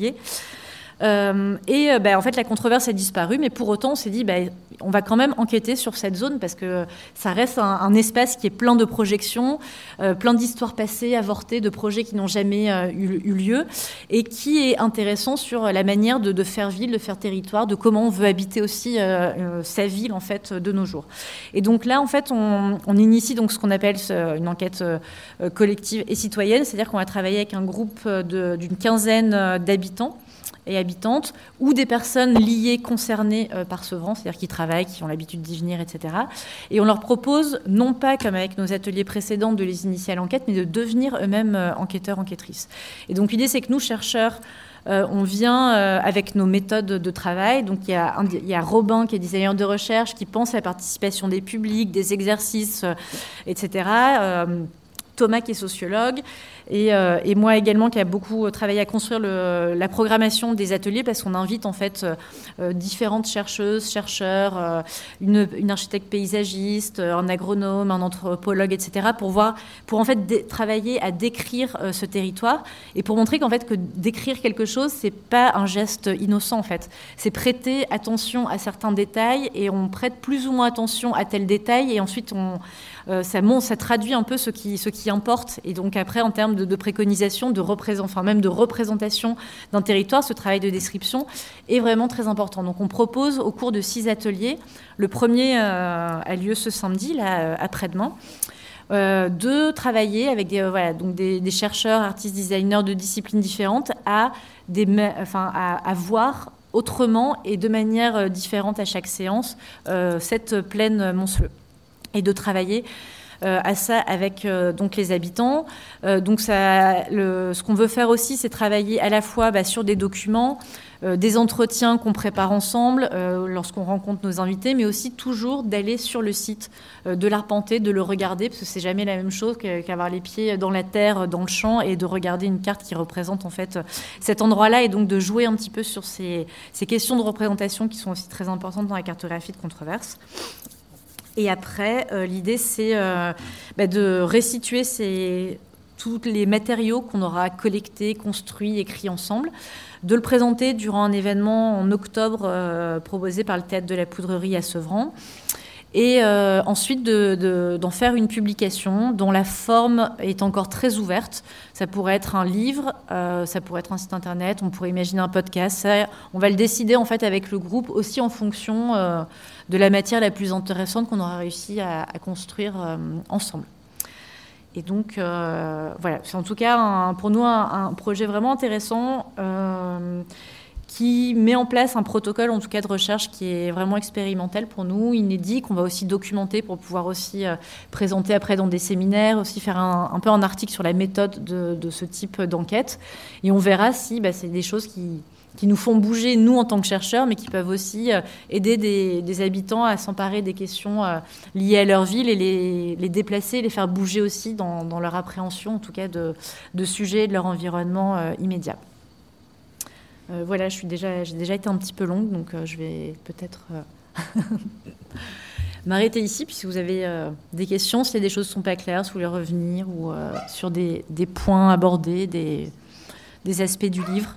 En fait, la controverse a disparu, mais pour autant, on s'est dit, on va quand même enquêter sur cette zone parce que ça reste un espace qui est plein de projections, plein d'histoires passées, avortées, de projets qui n'ont jamais eu lieu, et qui est intéressant sur la manière de faire ville, de faire territoire, de comment on veut habiter aussi sa ville en fait de nos jours. Et donc là, en fait, on initie donc ce qu'on appelle une enquête collective et citoyenne, c'est-à-dire qu'on va travailler avec un groupe d'une quinzaine d'habitants et habitantes, ou des personnes liées, concernées par Sevran, c'est-à-dire qui travaillent, qui ont l'habitude d'y venir, etc. Et on leur propose, non pas comme avec nos ateliers précédents, de les initier à l'enquête, mais de devenir eux-mêmes enquêteurs, enquêtrices. Et donc l'idée, c'est que nous, chercheurs, on vient avec nos méthodes de travail. Donc il y a Robin, qui est designer de recherche, qui pense à la participation des publics, des exercices, etc. Thomas, qui est sociologue, et moi également, qui a beaucoup travaillé à construire la programmation des ateliers, parce qu'on invite en fait différentes chercheuses, chercheurs, une architecte paysagiste, un agronome, un anthropologue, etc., pour en fait travailler à décrire ce territoire, et pour montrer qu'en fait que décrire quelque chose, c'est pas un geste innocent en fait, c'est prêter attention à certains détails, et on prête plus ou moins attention à tel détail, et ensuite ça traduit un peu ce qui importe. Et donc après, en termes de préconisation, de représentation d'un territoire, ce travail de description est vraiment très important. Donc on propose au cours de 6 ateliers, le premier a lieu ce samedi, là, après-demain, de travailler avec des chercheurs, artistes, designers de disciplines différentes à voir autrement et de manière différente à chaque séance cette plaine Monceleux. Et de travailler à ça avec donc les habitants. Ce qu'on veut faire aussi, c'est travailler à la fois sur des documents, des entretiens qu'on prépare ensemble lorsqu'on rencontre nos invités, mais aussi toujours d'aller sur le site, de l'arpenter, de le regarder, parce que c'est jamais la même chose qu'avoir les pieds dans la terre, dans le champ, et de regarder une carte qui représente en fait cet endroit-là, et donc de jouer un petit peu sur ces questions de représentation qui sont aussi très importantes dans la cartographie de controverse. Et après, l'idée, c'est de restituer tous les matériaux qu'on aura collectés, construits, écrits ensemble, de le présenter durant un événement en octobre proposé par le Théâtre de la Poudrerie à Sevran, Et ensuite d'en faire une publication dont la forme est encore très ouverte. Ça pourrait être un livre, ça pourrait être un site internet, on pourrait imaginer un podcast. Ça, on va le décider en fait avec le groupe, aussi en fonction de la matière la plus intéressante qu'on aura réussi à construire ensemble. Et donc voilà, c'est en tout cas pour nous un projet vraiment intéressant qui met en place un protocole, en tout cas de recherche, qui est vraiment expérimental pour nous, inédit, qu'on va aussi documenter pour pouvoir aussi présenter après dans des séminaires, aussi faire un peu un article sur la méthode de ce type d'enquête. Et on verra si c'est des choses qui nous font bouger, nous, en tant que chercheurs, mais qui peuvent aussi aider des habitants à s'emparer des questions liées à leur ville et les déplacer, les faire bouger aussi dans leur appréhension, en tout cas, de sujets de leur environnement immédiat. Voilà, j'ai déjà été un petit peu longue, donc je vais peut-être m'arrêter ici, puisque vous avez des questions, s'il y a des choses qui ne sont pas claires, si vous voulez revenir, ou sur des points abordés, des aspects du livre.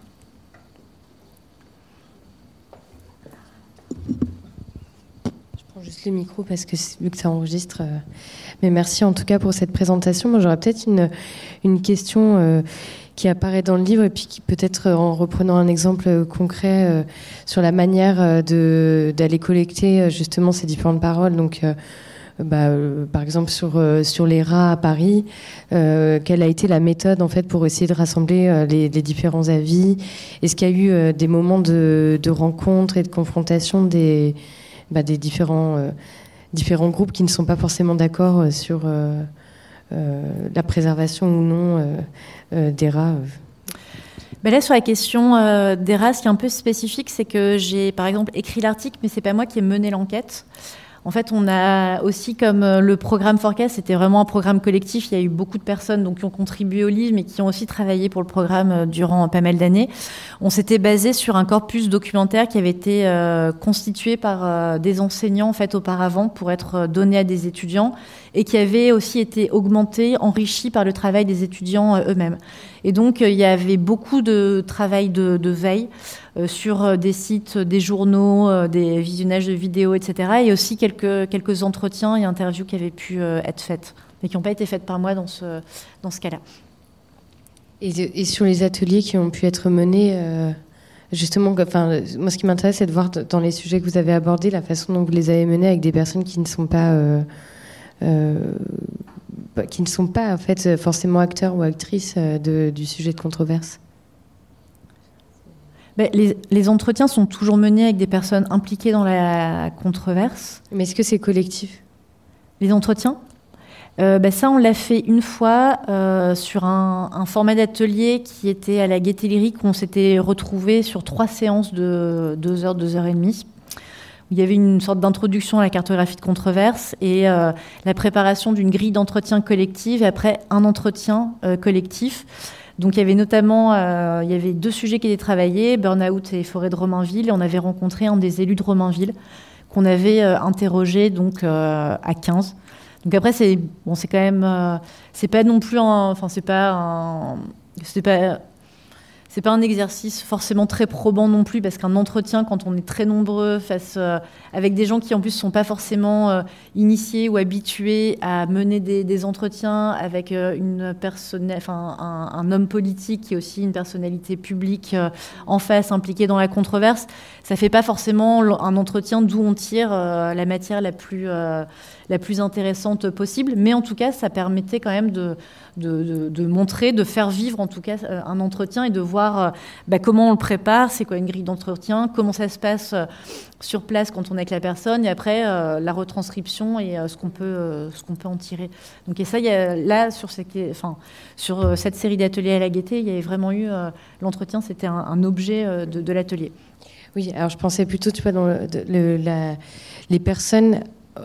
Je prends juste le micro parce que vu que ça enregistre. Mais merci en tout cas pour cette présentation. Moi, j'aurais peut-être une question qui apparaît dans le livre et puis qui peut-être en reprenant un exemple concret sur la manière d'aller collecter justement ces différentes paroles. Donc, par exemple sur les rats à Paris, quelle a été la méthode en fait pour essayer de rassembler les différents avis? Est-ce qu'il y a eu des moments de rencontre et de confrontation des différents groupes qui ne sont pas forcément d'accord sur la préservation ou non des rats? Là, sur la question des rats, ce qui est un peu spécifique, c'est que j'ai, par exemple, écrit l'article, mais c'est pas moi qui ai mené l'enquête. En fait, on a aussi, comme le programme Forecast, c'était vraiment un programme collectif. Il y a eu beaucoup de personnes qui ont contribué au livre, mais qui ont aussi travaillé pour le programme durant pas mal d'années. On s'était basé sur un corpus documentaire qui avait été constitué par des enseignants en fait auparavant pour être donné à des étudiants et qui avait aussi été augmenté, enrichi par le travail des étudiants eux-mêmes. Et donc, il y avait beaucoup de travail de veille sur des sites, des journaux, des visionnages de vidéos, etc. Et aussi quelques entretiens et interviews qui avaient pu être faites, mais qui n'ont pas été faites par moi dans ce cas-là. Et sur les ateliers qui ont pu être menés, justement, moi ce qui m'intéresse, c'est de voir dans les sujets que vous avez abordés, la façon dont vous les avez menés avec des personnes qui ne sont pas... qui ne sont pas en fait forcément acteurs ou actrices du sujet de controverse. Les entretiens sont toujours menés avec des personnes impliquées dans la controverse. Mais est-ce que c'est collectif? Les entretiens ça, on l'a fait une fois sur un format d'atelier qui était à la Gaîté Lyrique, où on s'était retrouvés sur 3 séances de 2 heures, 2 heures et demie. Il y avait une sorte d'introduction à la cartographie de controverse et la préparation d'une grille d'entretien collective et après un entretien collectif. Donc il y avait notamment 2 sujets qui étaient travaillés, burn-out et forêt de Romainville. Et on avait rencontré un des élus de Romainville qu'on avait interrogé donc à 15. Donc après c'est quand même c'est pas non plus c'est pas un exercice forcément très probant non plus, parce qu'un entretien, quand on est très nombreux, avec des gens qui en plus sont pas forcément initiés ou habitués à mener des entretiens avec un homme politique qui est aussi une personnalité publique en face, impliquée dans la controverse, ça fait pas forcément un entretien d'où on tire la matière la plus intéressante possible, mais en tout cas, ça permettait quand même de montrer, de faire vivre en tout cas un entretien et de voir comment on le prépare, c'est quoi une grille d'entretien, comment ça se passe sur place quand on est avec la personne, et après la retranscription et ce qu'on peut en tirer. Donc et ça, sur cette série d'ateliers à la Gaîté, il y avait vraiment eu l'entretien, c'était un objet de l'atelier. Oui, alors je pensais plutôt, tu vois, dans les personnes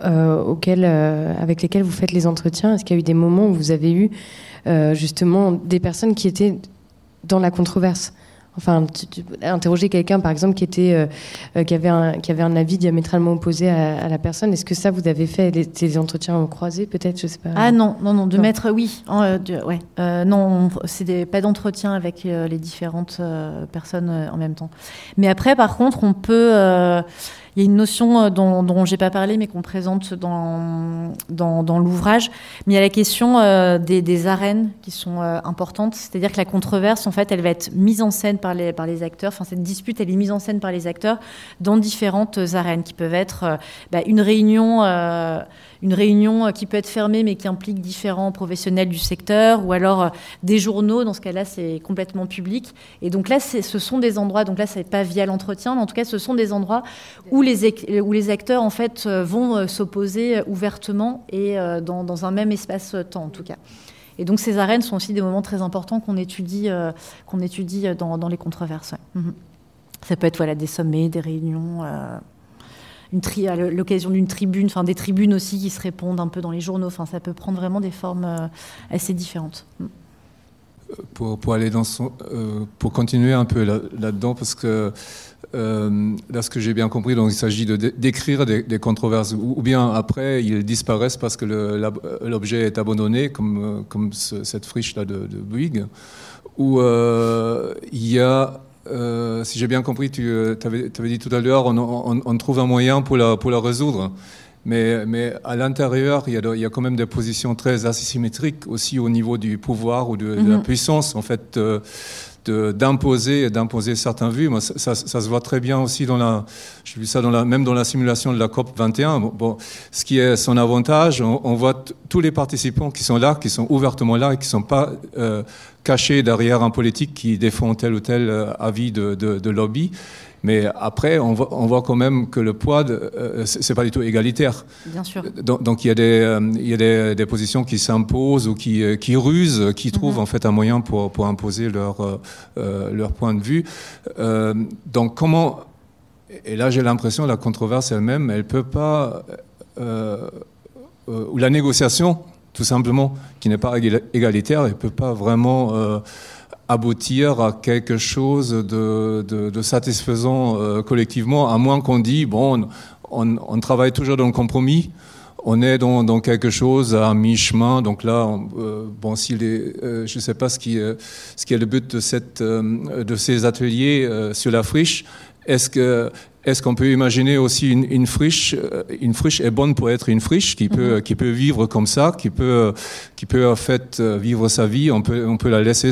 avec lesquelles vous faites les entretiens. Est-ce qu'il y a eu des moments où vous avez eu justement des personnes qui étaient dans la controverse, Enfin, tu interroger quelqu'un, par exemple, qui avait un avis diamétralement opposé à la personne. Est-ce que ça, vous avez fait des entretiens croisés, peut-être, je sais pas. Ah non, mettre, oui. Non, c'est pas d'entretien avec les différentes personnes en même temps. Mais après, par contre, on peut... Il y a une notion dont j'ai pas parlé, mais qu'on présente dans l'ouvrage. Mais il y a la question des arènes qui sont importantes. C'est-à-dire que la controverse, en fait, elle va être mise en scène par les acteurs. Enfin, cette dispute, elle est mise en scène par les acteurs dans différentes arènes qui peuvent être une réunion qui peut être fermée mais qui implique différents professionnels du secteur, ou alors des journaux. Dans ce cas-là, c'est complètement public. Et donc là, ce sont des endroits. Donc là, c'est pas via l'entretien, mais en tout cas, ce sont des endroits où les acteurs en fait vont s'opposer ouvertement et dans un même espace-temps en tout cas. Et donc ces arènes sont aussi des moments très importants qu'on étudie dans les controverses. Ouais. Ça peut être des sommets, des réunions, à l'occasion d'une tribune, enfin des tribunes aussi qui se répondent un peu dans les journaux. Enfin, ça peut prendre vraiment des formes assez différentes. Pour aller pour continuer un peu là-dedans, parce que là, ce que j'ai bien compris, donc il s'agit d'écrire des controverses, ou bien après ils disparaissent parce que l'objet est abandonné, comme cette friche-là de Bouygues, où il y a, si j'ai bien compris, tu avais dit tout à l'heure, on trouve un moyen pour la résoudre. Mais à l'intérieur, il y a quand même des positions très asymétriques aussi au niveau du pouvoir ou de la puissance, en fait, d'imposer certains vues. Moi, ça se voit très bien aussi j'ai vu ça même dans la simulation de la COP 21. Bon, ce qui est son avantage, on voit tous les participants qui sont là, qui sont ouvertement là et qui ne sont pas cachés derrière un politique qui défend tel ou tel avis de lobby. Mais après, on voit quand même que le poids, c'est pas du tout égalitaire. Bien sûr. Donc il y a des positions qui s'imposent ou qui rusent, qui trouvent en fait un moyen pour imposer leur point de vue. Donc comment... Et là, j'ai l'impression la controverse elle-même, elle peut pas... ou la négociation, tout simplement, qui n'est pas égalitaire, elle peut pas vraiment... aboutir à quelque chose de satisfaisant collectivement, à moins qu'on dise, bon, on travaille toujours dans le compromis, on est dans quelque chose à mi-chemin, donc là, je ne sais pas ce qui est le but de ces ateliers sur la friche. Est-ce qu'on peut imaginer aussi une friche? Une friche est bonne pour être une friche qui peut vivre comme ça, qui peut en fait vivre sa vie. On peut la laisser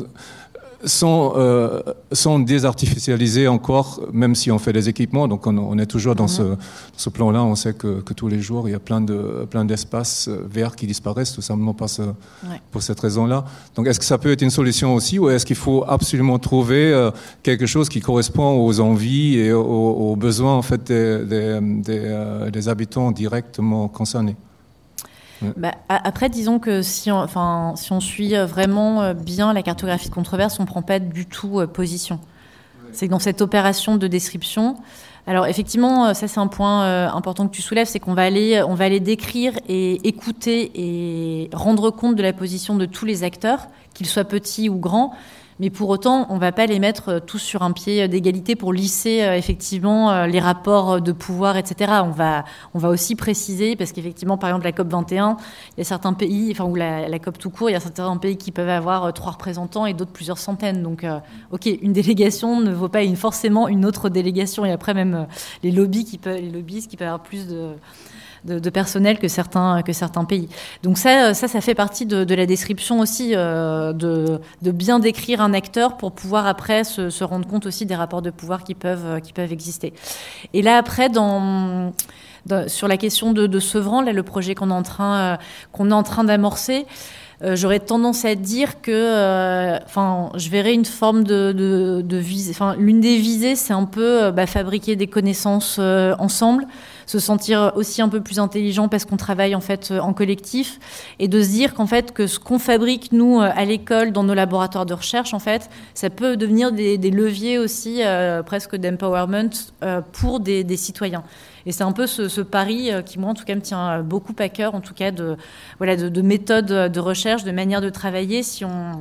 sans désartificialiser encore, même si on fait des équipements. Donc on est toujours dans ce plan-là. On sait que tous les jours, il y a plein d'espaces verts qui disparaissent, tout simplement pour cette raison-là. Donc est-ce que ça peut être une solution aussi, ou est-ce qu'il faut absolument trouver quelque chose qui correspond aux envies et aux besoins en fait, des habitants directement concernés? Après, disons que si on suit vraiment bien la cartographie de controverse, on ne prend pas du tout position. C'est que dans cette opération de description, alors effectivement, ça c'est un point important que tu soulèves, c'est qu'on va aller décrire et écouter et rendre compte de la position de tous les acteurs, qu'ils soient petits ou grands. Mais pour autant, on ne va pas les mettre tous sur un pied d'égalité pour lisser effectivement les rapports de pouvoir, etc. On va aussi préciser, parce qu'effectivement, par exemple, la COP 21, il y a certains pays, ou la COP tout court, il y a certains pays qui peuvent avoir 3 représentants et d'autres plusieurs centaines. Donc, une délégation ne vaut pas forcément une autre délégation. Et après, même les lobbyistes qui peuvent avoir plus de personnel que certains pays. Donc ça fait partie de la description aussi, de bien décrire un acteur pour pouvoir après se rendre compte aussi des rapports de pouvoir qui peuvent exister. Et là après, sur la question de Sevran, là, le projet qu'on est en train d'amorcer, j'aurais tendance à dire que, je verrais une forme de visée. L'une des visées, c'est un peu fabriquer des connaissances ensemble, se sentir aussi un peu plus intelligent parce qu'on travaille en fait en collectif, et de se dire qu'en fait que ce qu'on fabrique nous à l'école dans nos laboratoires de recherche, en fait, ça peut devenir des leviers aussi presque d'empowerment pour des citoyens. Et c'est un peu ce pari qui, moi, en tout cas, me tient beaucoup à cœur, en tout cas, de méthodes de recherche, de manière de travailler. Si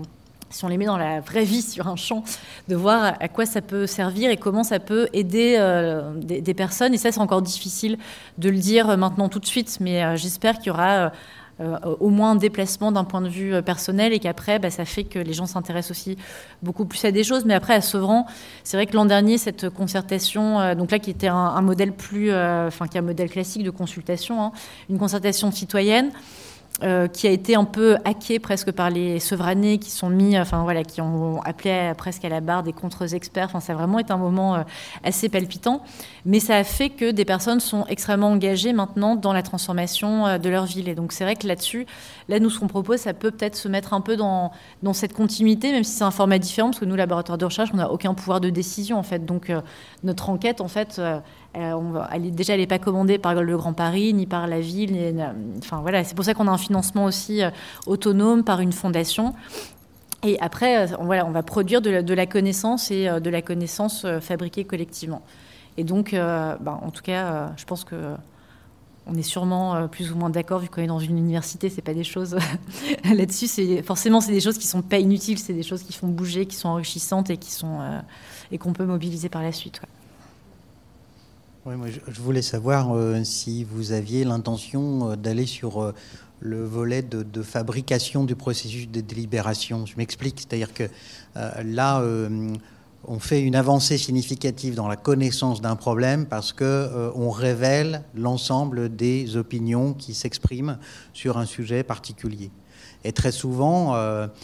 si on les met dans la vraie vie sur un champ, de voir à quoi ça peut servir et comment ça peut aider des personnes. Et ça, c'est encore difficile de le dire maintenant tout de suite, mais j'espère qu'il y aura au moins un déplacement d'un point de vue personnel et qu'après, ça fait que les gens s'intéressent aussi beaucoup plus à des choses. Mais après, à Sevran, c'est vrai que l'an dernier, cette concertation, donc là, qui était un modèle qui est un modèle classique de consultation, hein, une concertation citoyenne, qui a été un peu hacké presque par les Sevranais qui sont mis, qui ont appelé presque à la barre des contre-experts. Enfin, ça a vraiment été un moment assez palpitant. Mais ça a fait que des personnes sont extrêmement engagées maintenant dans la transformation de leur ville. Et donc, c'est vrai que là-dessus, nous, ce qu'on propose, ça peut peut-être se mettre un peu dans cette continuité, même si c'est un format différent, parce que nous, laboratoire de recherche, on n'a aucun pouvoir de décision, en fait. Donc, notre enquête, en fait... elle n'est pas commandée par le Grand Paris, ni par la ville. C'est pour ça qu'on a un financement aussi autonome par une fondation. Et après, on va produire de la connaissance et de la connaissance fabriquée collectivement. Et donc, en tout cas, je pense que on est sûrement plus ou moins d'accord, vu qu'on est dans une université, c'est pas des choses là-dessus. C'est des choses qui sont pas inutiles, c'est des choses qui font bouger, qui sont enrichissantes et qu'on peut mobiliser par la suite. Ouais. Oui, moi, je voulais savoir si vous aviez l'intention d'aller sur le volet de fabrication du processus de délibération. Je m'explique, c'est-à-dire que là, on fait une avancée significative dans la connaissance d'un problème parce qu'on révèle l'ensemble des opinions qui s'expriment sur un sujet particulier. Et très souvent,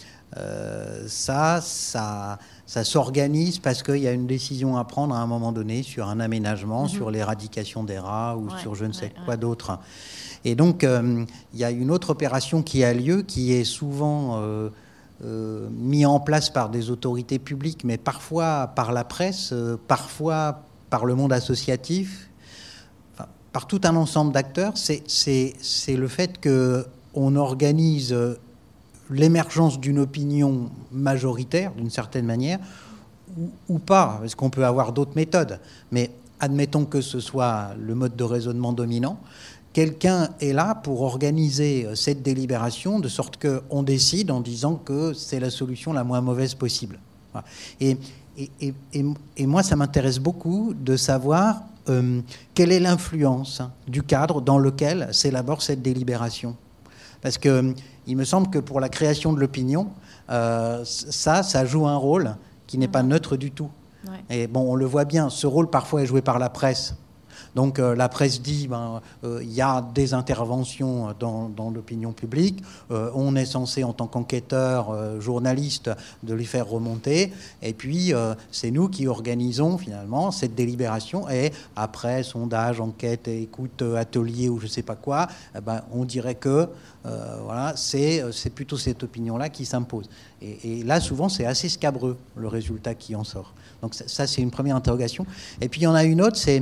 ça s'organise parce qu'il y a une décision à prendre à un moment donné sur un aménagement, sur l'éradication des rats ou sur je ne sais quoi d'autre. Et donc, il y a une autre opération qui a lieu, qui est souvent mise en place par des autorités publiques, mais parfois par la presse, parfois par le monde associatif, par tout un ensemble d'acteurs. C'est le fait qu'on organise l'émergence d'une opinion majoritaire, d'une certaine manière, ou pas, parce qu'on peut avoir d'autres méthodes. Mais admettons que ce soit le mode de raisonnement dominant. Quelqu'un est là pour organiser cette délibération de sorte qu'on décide en disant que c'est la solution la moins mauvaise possible. Voilà. Et moi, ça m'intéresse beaucoup de savoir quelle est l'influence du cadre dans lequel s'élabore cette délibération. Parce qu'il me semble que pour la création de l'opinion, ça joue un rôle qui n'est pas neutre du tout. Ouais. Et bon, on le voit bien, ce rôle parfois est joué par la presse. Donc la presse dit y a des interventions dans l'opinion publique, on est censé en tant qu'enquêteur, journaliste, de les faire remonter, et puis c'est nous qui organisons finalement cette délibération, et après sondage, enquête, écoute, atelier ou je sais pas quoi, on dirait que c'est plutôt cette opinion-là qui s'impose. Et là, souvent, c'est assez scabreux, le résultat qui en sort. Donc ça, c'est une première interrogation. Et puis, il y en a une autre, c'est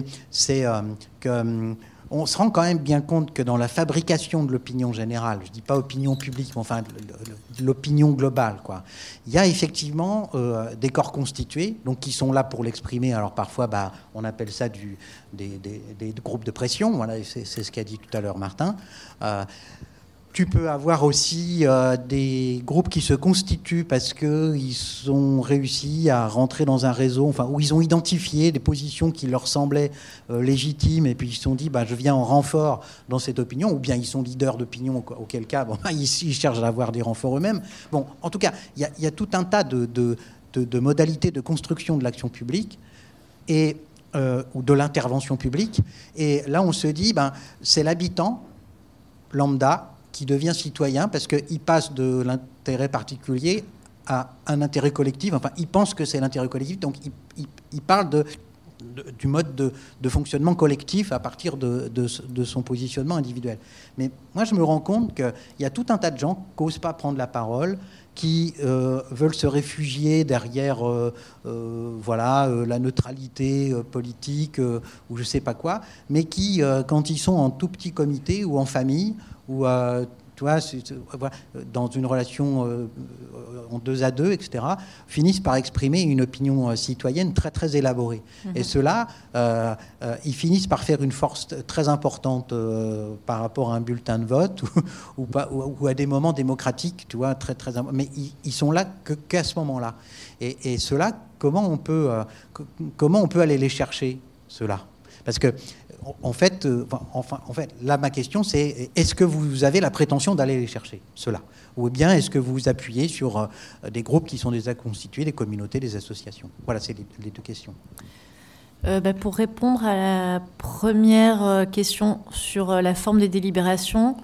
qu'on se rend quand même bien compte que dans la fabrication de l'opinion générale, je ne dis pas opinion publique, mais enfin l'opinion globale, quoi, il y a effectivement des corps constitués, donc qui sont là pour l'exprimer. Alors parfois, on appelle ça des groupes de pression. Voilà, c'est ce qu'a dit tout à l'heure Martin. Tu peux avoir aussi des groupes qui se constituent parce qu'ils ont réussi à rentrer dans un réseau, où ils ont identifié des positions qui leur semblaient légitimes, et puis ils se sont dit je viens en renfort dans cette opinion, ou bien ils sont leaders d'opinion, auquel cas ils cherchent à avoir des renforts eux-mêmes. Bon, en tout cas, il y a tout un tas de modalités de construction de l'action publique ou de l'intervention publique. Et là, on se dit c'est l'habitant lambda qui devient citoyen parce qu'il passe de l'intérêt particulier à un intérêt collectif. Enfin, il pense que c'est l'intérêt collectif, donc il parle du mode de fonctionnement collectif à partir de son positionnement individuel. Mais moi, je me rends compte qu'il y a tout un tas de gens qui n'osent pas prendre la parole, qui veulent se réfugier derrière la neutralité politique ou je ne sais pas quoi, mais qui, quand ils sont en tout petit comité ou en famille, ou tu vois, dans une relation en 2 à 2, etc., finissent par exprimer une opinion citoyenne très, très élaborée. Et ceux-là, ils finissent par faire une force très importante par rapport à un bulletin de vote ou à des moments démocratiques, tu vois, très, très importants. Mais ils sont là qu'à ce moment-là. Et ceux-là, comment on peut aller les chercher, ceux-là ? Parce que, en fait, là, ma question, c'est est-ce que vous avez la prétention d'aller les chercher, ceux-là ? Ou bien est-ce que vous vous appuyez sur des groupes qui sont déjà constitués, des communautés, des associations ? Voilà, c'est les 2 questions. Pour répondre à la première question sur la forme des délibérations,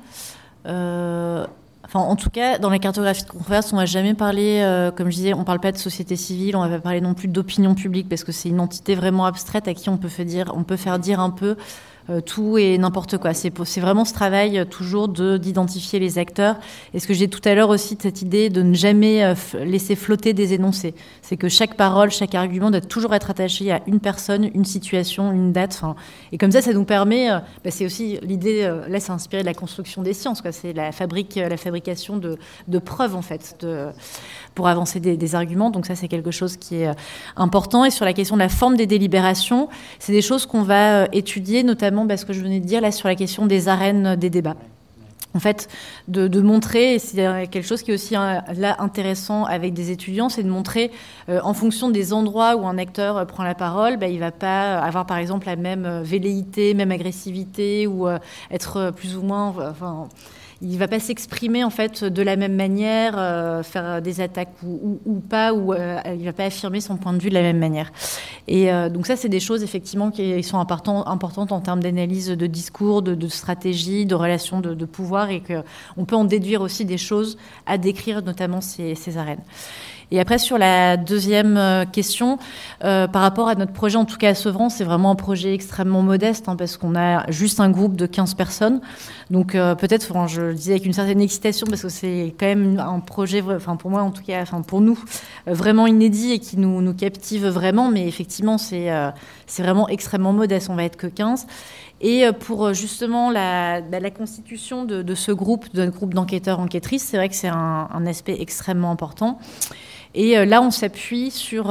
en tout cas, dans la cartographie de controverse, on ne va jamais parler, comme je disais, on ne parle pas de société civile, on ne va pas parler non plus d'opinion publique, parce que c'est une entité vraiment abstraite à qui on peut faire dire un peu tout et n'importe quoi. C'est vraiment ce travail toujours d'identifier les acteurs. Et ce que j'ai tout à l'heure aussi, de cette idée de ne jamais laisser flotter des énoncés. C'est que chaque parole, chaque argument doit toujours être attaché à une personne, une situation, une date. Et comme ça nous permet... c'est aussi l'idée, là, c'est inspiré de la construction des sciences, quoi. C'est la fabrication de preuves, en fait, pour avancer des arguments. Donc ça, c'est quelque chose qui est important. Et sur la question de la forme des délibérations, c'est des choses qu'on va étudier, notamment ce que je venais de dire là sur la question des arènes des débats. En fait, de montrer, et c'est quelque chose qui est aussi là intéressant avec des étudiants, c'est de montrer en fonction des endroits où un acteur prend la parole, il ne va pas avoir par exemple la même velléité, même agressivité ou être plus ou moins... il ne va pas s'exprimer en fait de la même manière, faire des attaques ou pas, ou il ne va pas affirmer son point de vue de la même manière. Et donc ça, c'est des choses effectivement qui sont importantes en termes d'analyse de discours, de stratégie, de relations de pouvoir, et qu'on peut en déduire aussi des choses à décrire, notamment ces arènes. Et après, sur la deuxième question, par rapport à notre projet, en tout cas à Sevran, c'est vraiment un projet extrêmement modeste, parce qu'on a juste un groupe de 15 personnes. Donc peut-être, je le disais avec une certaine excitation, parce que c'est quand même un projet, pour moi en tout cas, pour nous, vraiment inédit et qui nous captive vraiment. Mais effectivement, c'est vraiment extrêmement modeste. On va être que 15. Et pour justement la constitution de ce groupe, de notre groupe d'enquêteurs-enquêtrices, c'est vrai que c'est un aspect extrêmement important. Et là, on s'appuie sur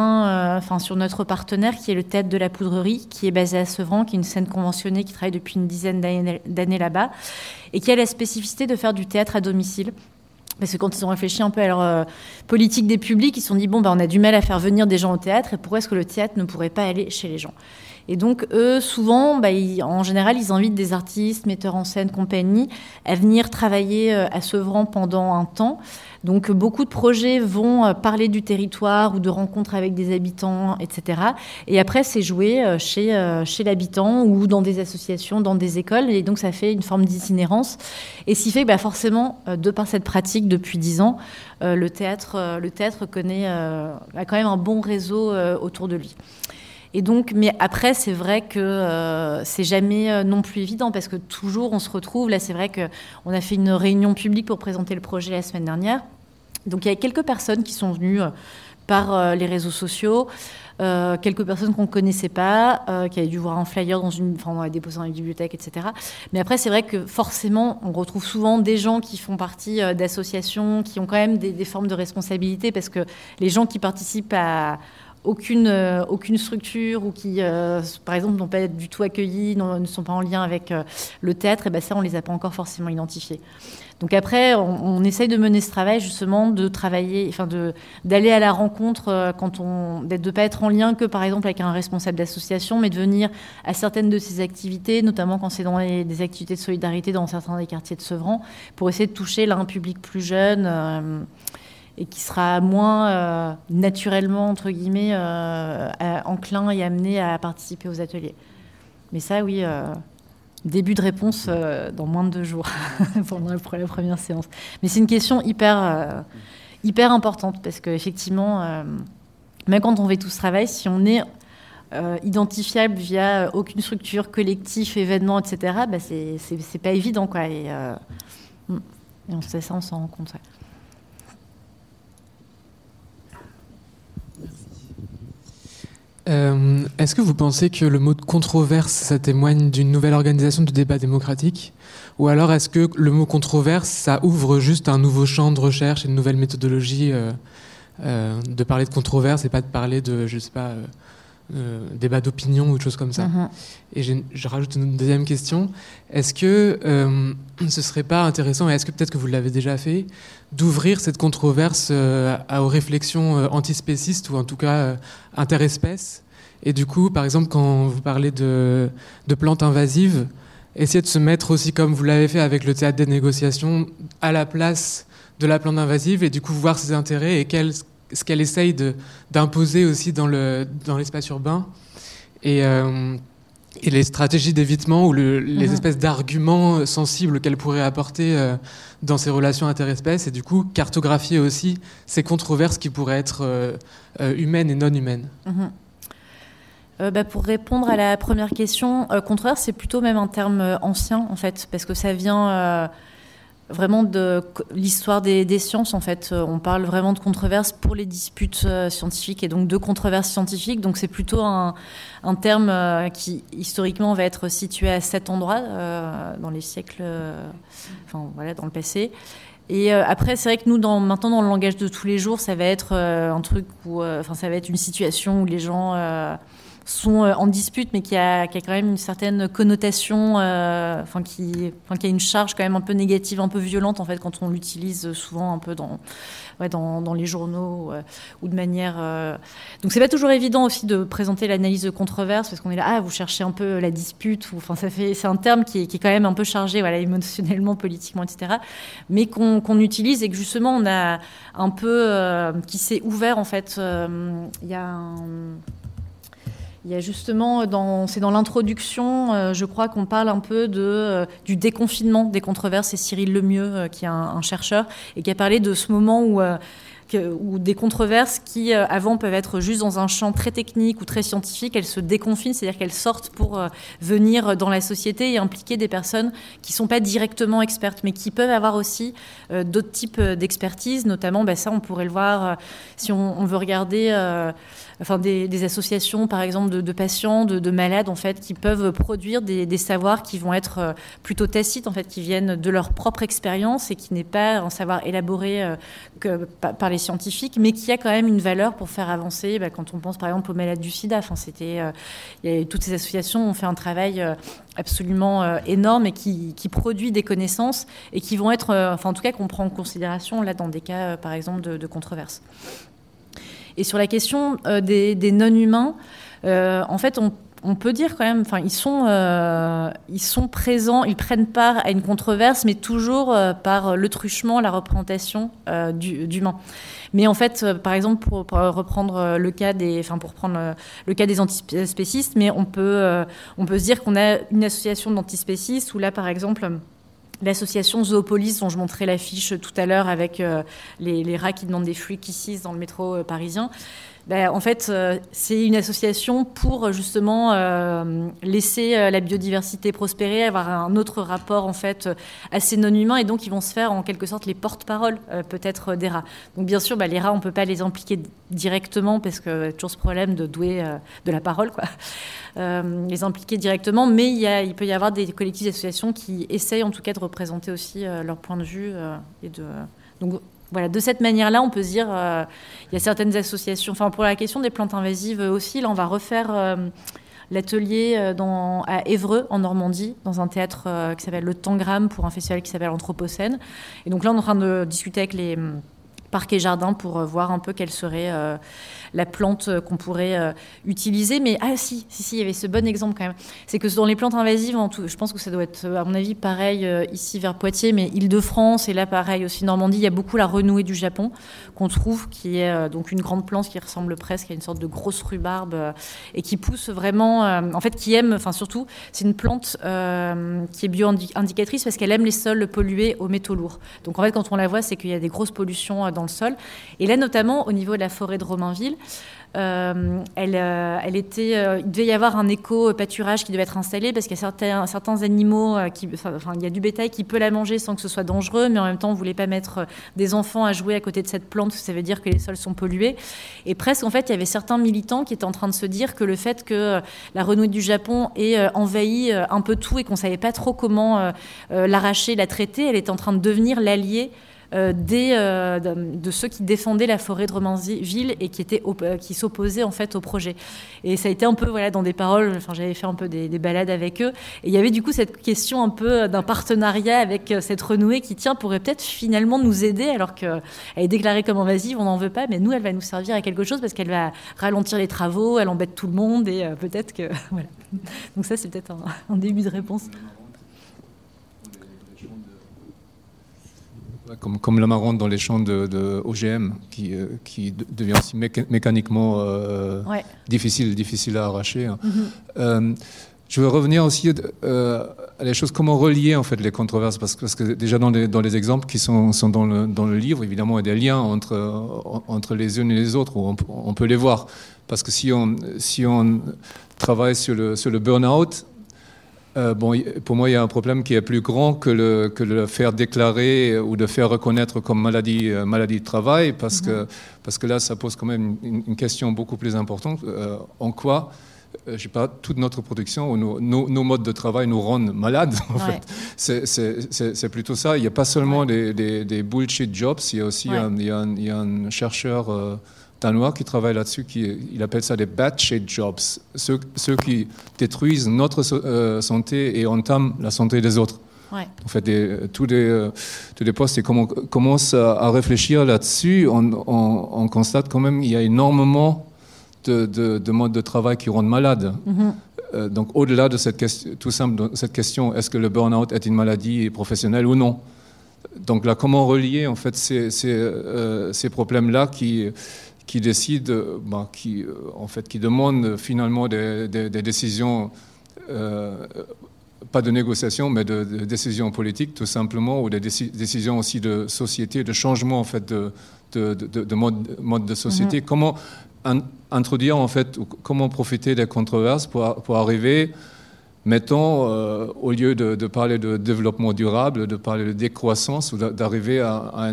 sur notre partenaire qui est le Théâtre de la Poudrerie, qui est basé à Sevran, qui est une scène conventionnée qui travaille depuis une dizaine d'années là-bas, et qui a la spécificité de faire du théâtre à domicile. Parce que quand ils ont réfléchi un peu à leur politique des publics, ils se sont dit, on a du mal à faire venir des gens au théâtre, et pourquoi est-ce que le théâtre ne pourrait pas aller chez les gens ? Et donc, eux, souvent, en général, ils invitent des artistes, metteurs en scène, compagnie, à venir travailler à Sevran pendant un temps. Donc, beaucoup de projets vont parler du territoire ou de rencontres avec des habitants, etc. Et après, c'est joué chez l'habitant ou dans des associations, dans des écoles. Et donc, ça fait une forme d'itinérance. Et ce qui fait que, forcément, de par cette pratique depuis 10 ans, le théâtre connaît a quand même un bon réseau autour de lui. Et donc, mais après, c'est vrai que c'est jamais non plus évident, parce que toujours on se retrouve. Là, c'est vrai qu'on a fait une réunion publique pour présenter le projet la semaine dernière. Donc, il y a quelques personnes qui sont venues par les réseaux sociaux, quelques personnes qu'on ne connaissait pas, qui avaient dû voir un flyer on l'a déposé dans les bibliothèques, etc. Mais après, c'est vrai que forcément, on retrouve souvent des gens qui font partie d'associations, qui ont quand même des formes de responsabilité, parce que les gens qui participent à aucune structure ou qui, par exemple, n'ont pas du tout accueilli, ne sont pas en lien avec le théâtre, et ça, on ne les a pas encore forcément identifiés. Donc après, on essaye de mener ce travail, justement, de travailler, d'aller à la rencontre, de ne pas être en lien que, par exemple, avec un responsable d'association, mais de venir à certaines de ces activités, notamment quand c'est dans des activités de solidarité dans certains des quartiers de Sevran, pour essayer de toucher là un public plus jeune, et qui sera moins naturellement, entre guillemets, enclin et amené à participer aux ateliers. Mais ça, oui, début de réponse dans moins de 2 jours pendant la première séance. Mais c'est une question hyper importante, parce qu'effectivement, même quand on fait tout ce travail, si on est identifiable via aucune structure, collectif, événement, etc., c'est pas évident, quoi. Et on sait ça, on s'en rend compte. Ouais. Est-ce que vous pensez que le mot de controverse, ça témoigne d'une nouvelle organisation du débat démocratique ? Ou alors est-ce que le mot controverse, ça ouvre juste un nouveau champ de recherche et une nouvelle méthodologie de parler de controverse et pas de parler de, je sais pas, débat d'opinion ou de choses comme ça. Et je rajoute une deuxième question. Est-ce que ce serait pas intéressant, et est-ce que peut-être que vous l'avez déjà fait, d'ouvrir cette controverse aux réflexions antispécistes ou en tout cas interespèces ? Et du coup, par exemple, quand vous parlez de plantes invasives, essayer de se mettre aussi, comme vous l'avez fait avec le théâtre des négociations, à la place de la plante invasive et du coup voir ses intérêts et ce qu'elle essaye d'imposer aussi dans l'espace urbain et les stratégies d'évitement ou les espèces d'arguments sensibles qu'elle pourrait apporter dans ces relations interespèces et du coup cartographier aussi ces controverses qui pourraient être humaines et non humaines. Pour répondre à la première question, controverse, c'est plutôt même un terme ancien en fait, parce que ça vient vraiment de l'histoire des sciences en fait. On parle vraiment de controverse pour les disputes scientifiques et donc de controverses scientifiques. Donc c'est plutôt un terme qui historiquement va être situé à cet endroit dans les siècles, dans le passé. Et après, c'est vrai que nous, maintenant, dans le langage de tous les jours, ça va être un truc où, ça va être une situation où les gens sont en dispute, mais qui a quand même une certaine connotation, qui a une charge quand même un peu négative, un peu violente en fait, quand on l'utilise souvent un peu dans les journaux ou de manière. Donc c'est pas toujours évident aussi de présenter l'analyse de controverse parce qu'on est là, vous cherchez un peu la dispute, c'est un terme qui est quand même un peu chargé, émotionnellement, politiquement, etc. Mais qu'on utilise et que justement on a un peu qui s'est ouvert en fait. Il y a justement, c'est dans l'introduction, je crois qu'on parle un peu du déconfinement des controverses. C'est Cyril Lemieux, qui est un chercheur, et qui a parlé de ce moment où des controverses qui, avant, peuvent être juste dans un champ très technique ou très scientifique, elles se déconfinent, c'est-à-dire qu'elles sortent pour venir dans la société et impliquer des personnes qui ne sont pas directement expertes, mais qui peuvent avoir aussi d'autres types d'expertise, notamment, ça, on pourrait le voir si on veut regarder... des associations, par exemple, de patients, de malades, en fait, qui peuvent produire des savoirs qui vont être plutôt tacites, en fait, qui viennent de leur propre expérience et qui n'est pas un savoir élaboré par les scientifiques, mais qui a quand même une valeur pour faire avancer. Quand on pense, par exemple, aux malades du sida, toutes ces associations ont fait un travail absolument énorme et qui produit des connaissances et qui vont être, en tout cas, qu'on prend en considération, là, dans des cas, par exemple, de controverses. Et sur la question des non-humains, en fait, on peut dire quand même, ils sont présents, ils prennent part à une controverse, mais toujours par le truchement, la représentation d'humains. Mais en fait, par exemple, pour reprendre le cas des antispécistes, mais on peut se dire qu'on a une association d'antispécistes où là, par exemple, l'association Zoopolis, dont je montrais l'affiche tout à l'heure avec les rats qui demandent des fluides Kissis dans le métro parisien, en fait, c'est une association pour justement laisser la biodiversité prospérer, avoir un autre rapport en fait assez non humain, et donc ils vont se faire en quelque sorte les porte-parole peut-être des rats. Donc bien sûr, les rats, on peut pas les impliquer directement parce que toujours ce problème de douer de la parole, quoi. Les impliquer directement, mais il peut y avoir des collectifs d'associations qui essayent en tout cas de représenter aussi leur point de vue donc voilà, de cette manière-là, on peut se dire il y a certaines associations. Pour la question des plantes invasives aussi, là, on va refaire l'atelier à Évreux, en Normandie, dans un théâtre qui s'appelle le Tangram, pour un festival qui s'appelle Anthropocène. Et donc là, on est en train de discuter avec les parcs et jardins pour voir un peu quelle serait la plante qu'on pourrait utiliser. Mais si, il y avait ce bon exemple quand même. C'est que dans les plantes invasives, je pense que ça doit être, à mon avis, pareil ici vers Poitiers, mais Île-de-France, et là pareil aussi Normandie, il y a beaucoup la renouée du Japon qu'on trouve, qui est donc une grande plante qui ressemble presque à une sorte de grosse rhubarbe et qui pousse vraiment, en fait, qui aime, surtout, c'est une plante qui est bio-indicatrice parce qu'elle aime les sols pollués aux métaux lourds. Donc en fait, quand on la voit, c'est qu'il y a des grosses pollutions dans le sol. Et là, notamment, au niveau de la forêt de Romainville, il devait y avoir un éco-pâturage qui devait être installé parce qu'il y a certains animaux, il y a du bétail qui peut la manger sans que ce soit dangereux, mais en même temps, on ne voulait pas mettre des enfants à jouer à côté de cette plante, parce que ça veut dire que les sols sont pollués. Et presque, en fait, il y avait certains militants qui étaient en train de se dire que le fait que la renouille du Japon ait envahi un peu tout et qu'on ne savait pas trop comment l'arracher, la traiter, elle était en train de devenir l'allié de ceux qui défendaient la forêt de Romainville et qui s'opposaient en fait au projet. Et ça a été un peu dans des paroles, j'avais fait un peu des balades avec eux, et il y avait du coup cette question un peu d'un partenariat avec cette renouée qui pourrait peut-être finalement nous aider, alors qu'elle est déclarée comme invasive, on n'en veut pas, mais nous elle va nous servir à quelque chose parce qu'elle va ralentir les travaux, elle embête tout le monde, et peut-être que voilà. Donc ça c'est peut-être un début de réponse. Comme l'amarante dans les champs de OGM, qui devient aussi mécaniquement difficile à arracher. Je veux revenir aussi à les choses, comment relier en fait les controverses, parce que déjà dans les exemples qui sont dans le livre, évidemment, il y a des liens entre les unes et les autres, où on peut les voir. Parce que si on travaille sur le burn-out, pour moi, il y a un problème qui est plus grand que le faire déclarer ou de faire reconnaître comme maladie de travail, parce que là, ça pose quand même une question beaucoup plus importante. En quoi, je sais pas, toute notre production ou nos modes de travail nous rendent malades, en fait. C'est plutôt ça. Il n'y a pas seulement des bullshit jobs, il y a aussi il y a un chercheur danois qui travaille là-dessus, il appelle ça des bad shit jobs, ceux qui détruisent notre santé et entament la santé des autres. En fait, tous les postes, et quand on commence à réfléchir là-dessus, on constate quand même qu'il y a énormément de modes de travail qui rendent malades. Donc au-delà de cette question, tout simple, cette question, est-ce que le burn-out est une maladie professionnelle ou non? Donc là, comment relier en fait ces problèmes-là qui décident, qui demandent finalement des décisions, pas de négociation, mais de décisions politiques, tout simplement, ou des décisions aussi de société, de changement en fait de mode de société. Comment introduire en fait, ou comment profiter des controverses pour arriver, mettons, au lieu de parler de développement durable, de parler de décroissance, ou d'arriver à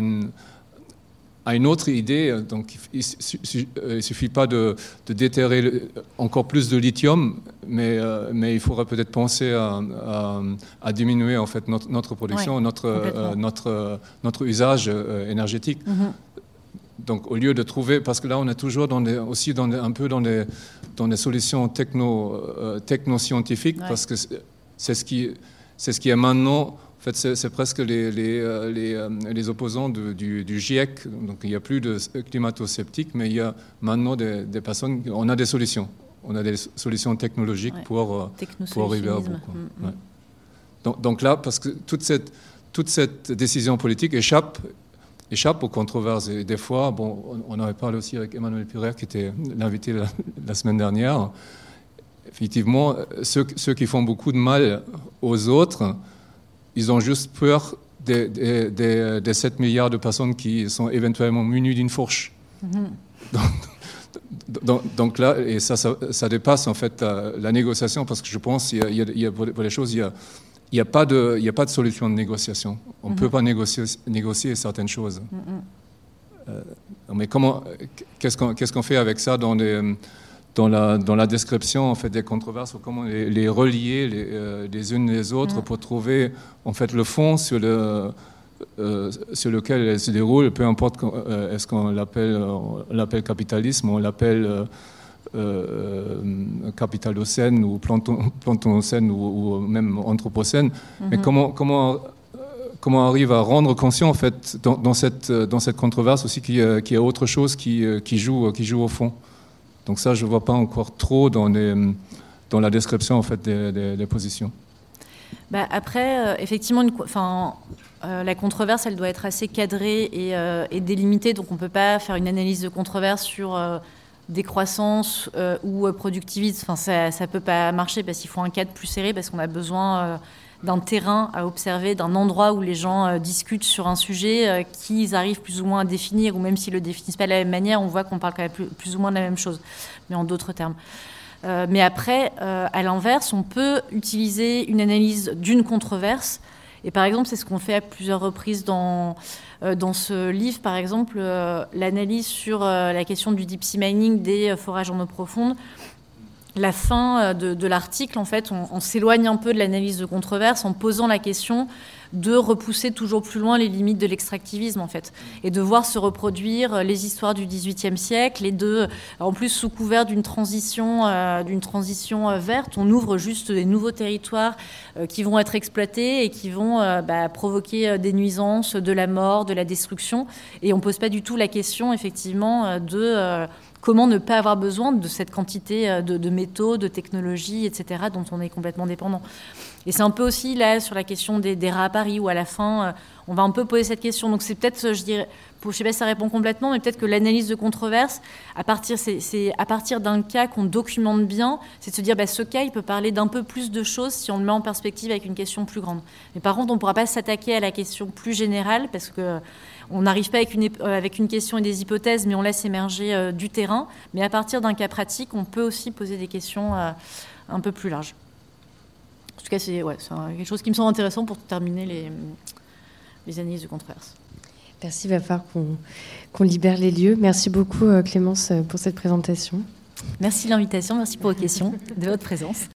une autre idée. Donc, il ne suffit pas de déterrer encore plus de lithium, mais il faudrait peut-être penser à diminuer en fait notre production, notre usage énergétique. Donc, au lieu de trouver, parce que là, on est toujours un peu dans des solutions techno-scientifiques, parce que c'est ce qui est maintenant. En fait, c'est presque les opposants du GIEC. Donc, il n'y a plus de climato-sceptiques, mais il y a maintenant des personnes. On a des solutions. On a des solutions technologiques pour arriver à bout. Donc là, parce que toute cette décision politique échappe aux controverses. Et des fois, on avait parlé aussi avec Emmanuel Purer, qui était l'invité la semaine dernière. Effectivement, ceux qui font beaucoup de mal aux autres, ils ont juste peur des 7 milliards de personnes qui sont éventuellement munies d'une fourche. Donc là, et ça dépasse en fait la négociation, parce que je pense qu'il y a pour les choses, il n'y a pas de solution de négociation. On ne peut pas négocier certaines choses. Mais qu'est-ce qu'on fait avec ça dans la description en fait des controverses, ou comment les relier les unes les autres pour trouver en fait le fond sur lequel elles se déroulent, peu importe est-ce qu'on l'appelle capitalisme, on l'appelle capitalocène ou plantonocène ou même anthropocène, mais comment arrive à rendre conscient en fait dans cette controverse aussi qu'il y a autre chose qui joue au fond. Donc ça, je ne vois pas encore trop dans la description en fait, des positions. Après, effectivement, la controverse, elle doit être assez cadrée et délimitée. Donc on ne peut pas faire une analyse de controverse sur décroissance ou productivisme. Ça ne peut pas marcher, parce qu'il faut un cadre plus serré, parce qu'on a besoin d'un terrain à observer, d'un endroit où les gens discutent sur un sujet qu'ils arrivent plus ou moins à définir, ou même s'ils ne le définissent pas de la même manière, on voit qu'on parle quand même plus ou moins de la même chose, mais en d'autres termes. Mais après, à l'inverse, on peut utiliser une analyse d'une controverse. Et par exemple, c'est ce qu'on fait à plusieurs reprises dans ce livre. Par exemple, l'analyse sur la question du deep sea mining des forages en eau profonde. La fin de l'article, en fait, on s'éloigne un peu de l'analyse de controverse en posant la question de repousser toujours plus loin les limites de l'extractivisme, en fait, et de voir se reproduire les histoires du XVIIIe siècle, et en plus, sous couvert d'une transition verte, on ouvre juste des nouveaux territoires qui vont être exploités et qui vont provoquer des nuisances, de la mort, de la destruction, et on ne pose pas du tout la question, effectivement, de comment ne pas avoir besoin de cette quantité de métaux, de technologies, etc., dont on est complètement dépendant. Et c'est un peu aussi là sur la question des rats à Paris, où à la fin, on va un peu poser cette question. Donc c'est peut-être, je dirais, je ne sais pas si ça répond complètement, mais peut-être que l'analyse de controverse, c'est à partir d'un cas qu'on documente bien, c'est de se dire, ce cas, il peut parler d'un peu plus de choses si on le met en perspective avec une question plus grande. Mais par contre, on ne pourra pas s'attaquer à la question plus générale, parce que on n'arrive pas avec une question et des hypothèses, mais on laisse émerger du terrain. Mais à partir d'un cas pratique, on peut aussi poser des questions un peu plus larges. En tout cas, c'est quelque chose qui me semble intéressant pour terminer les analyses de controverse. Merci, il va falloir qu'on libère les lieux. Merci beaucoup, Clémence, pour cette présentation. Merci de l'invitation, merci pour vos questions, de votre présence.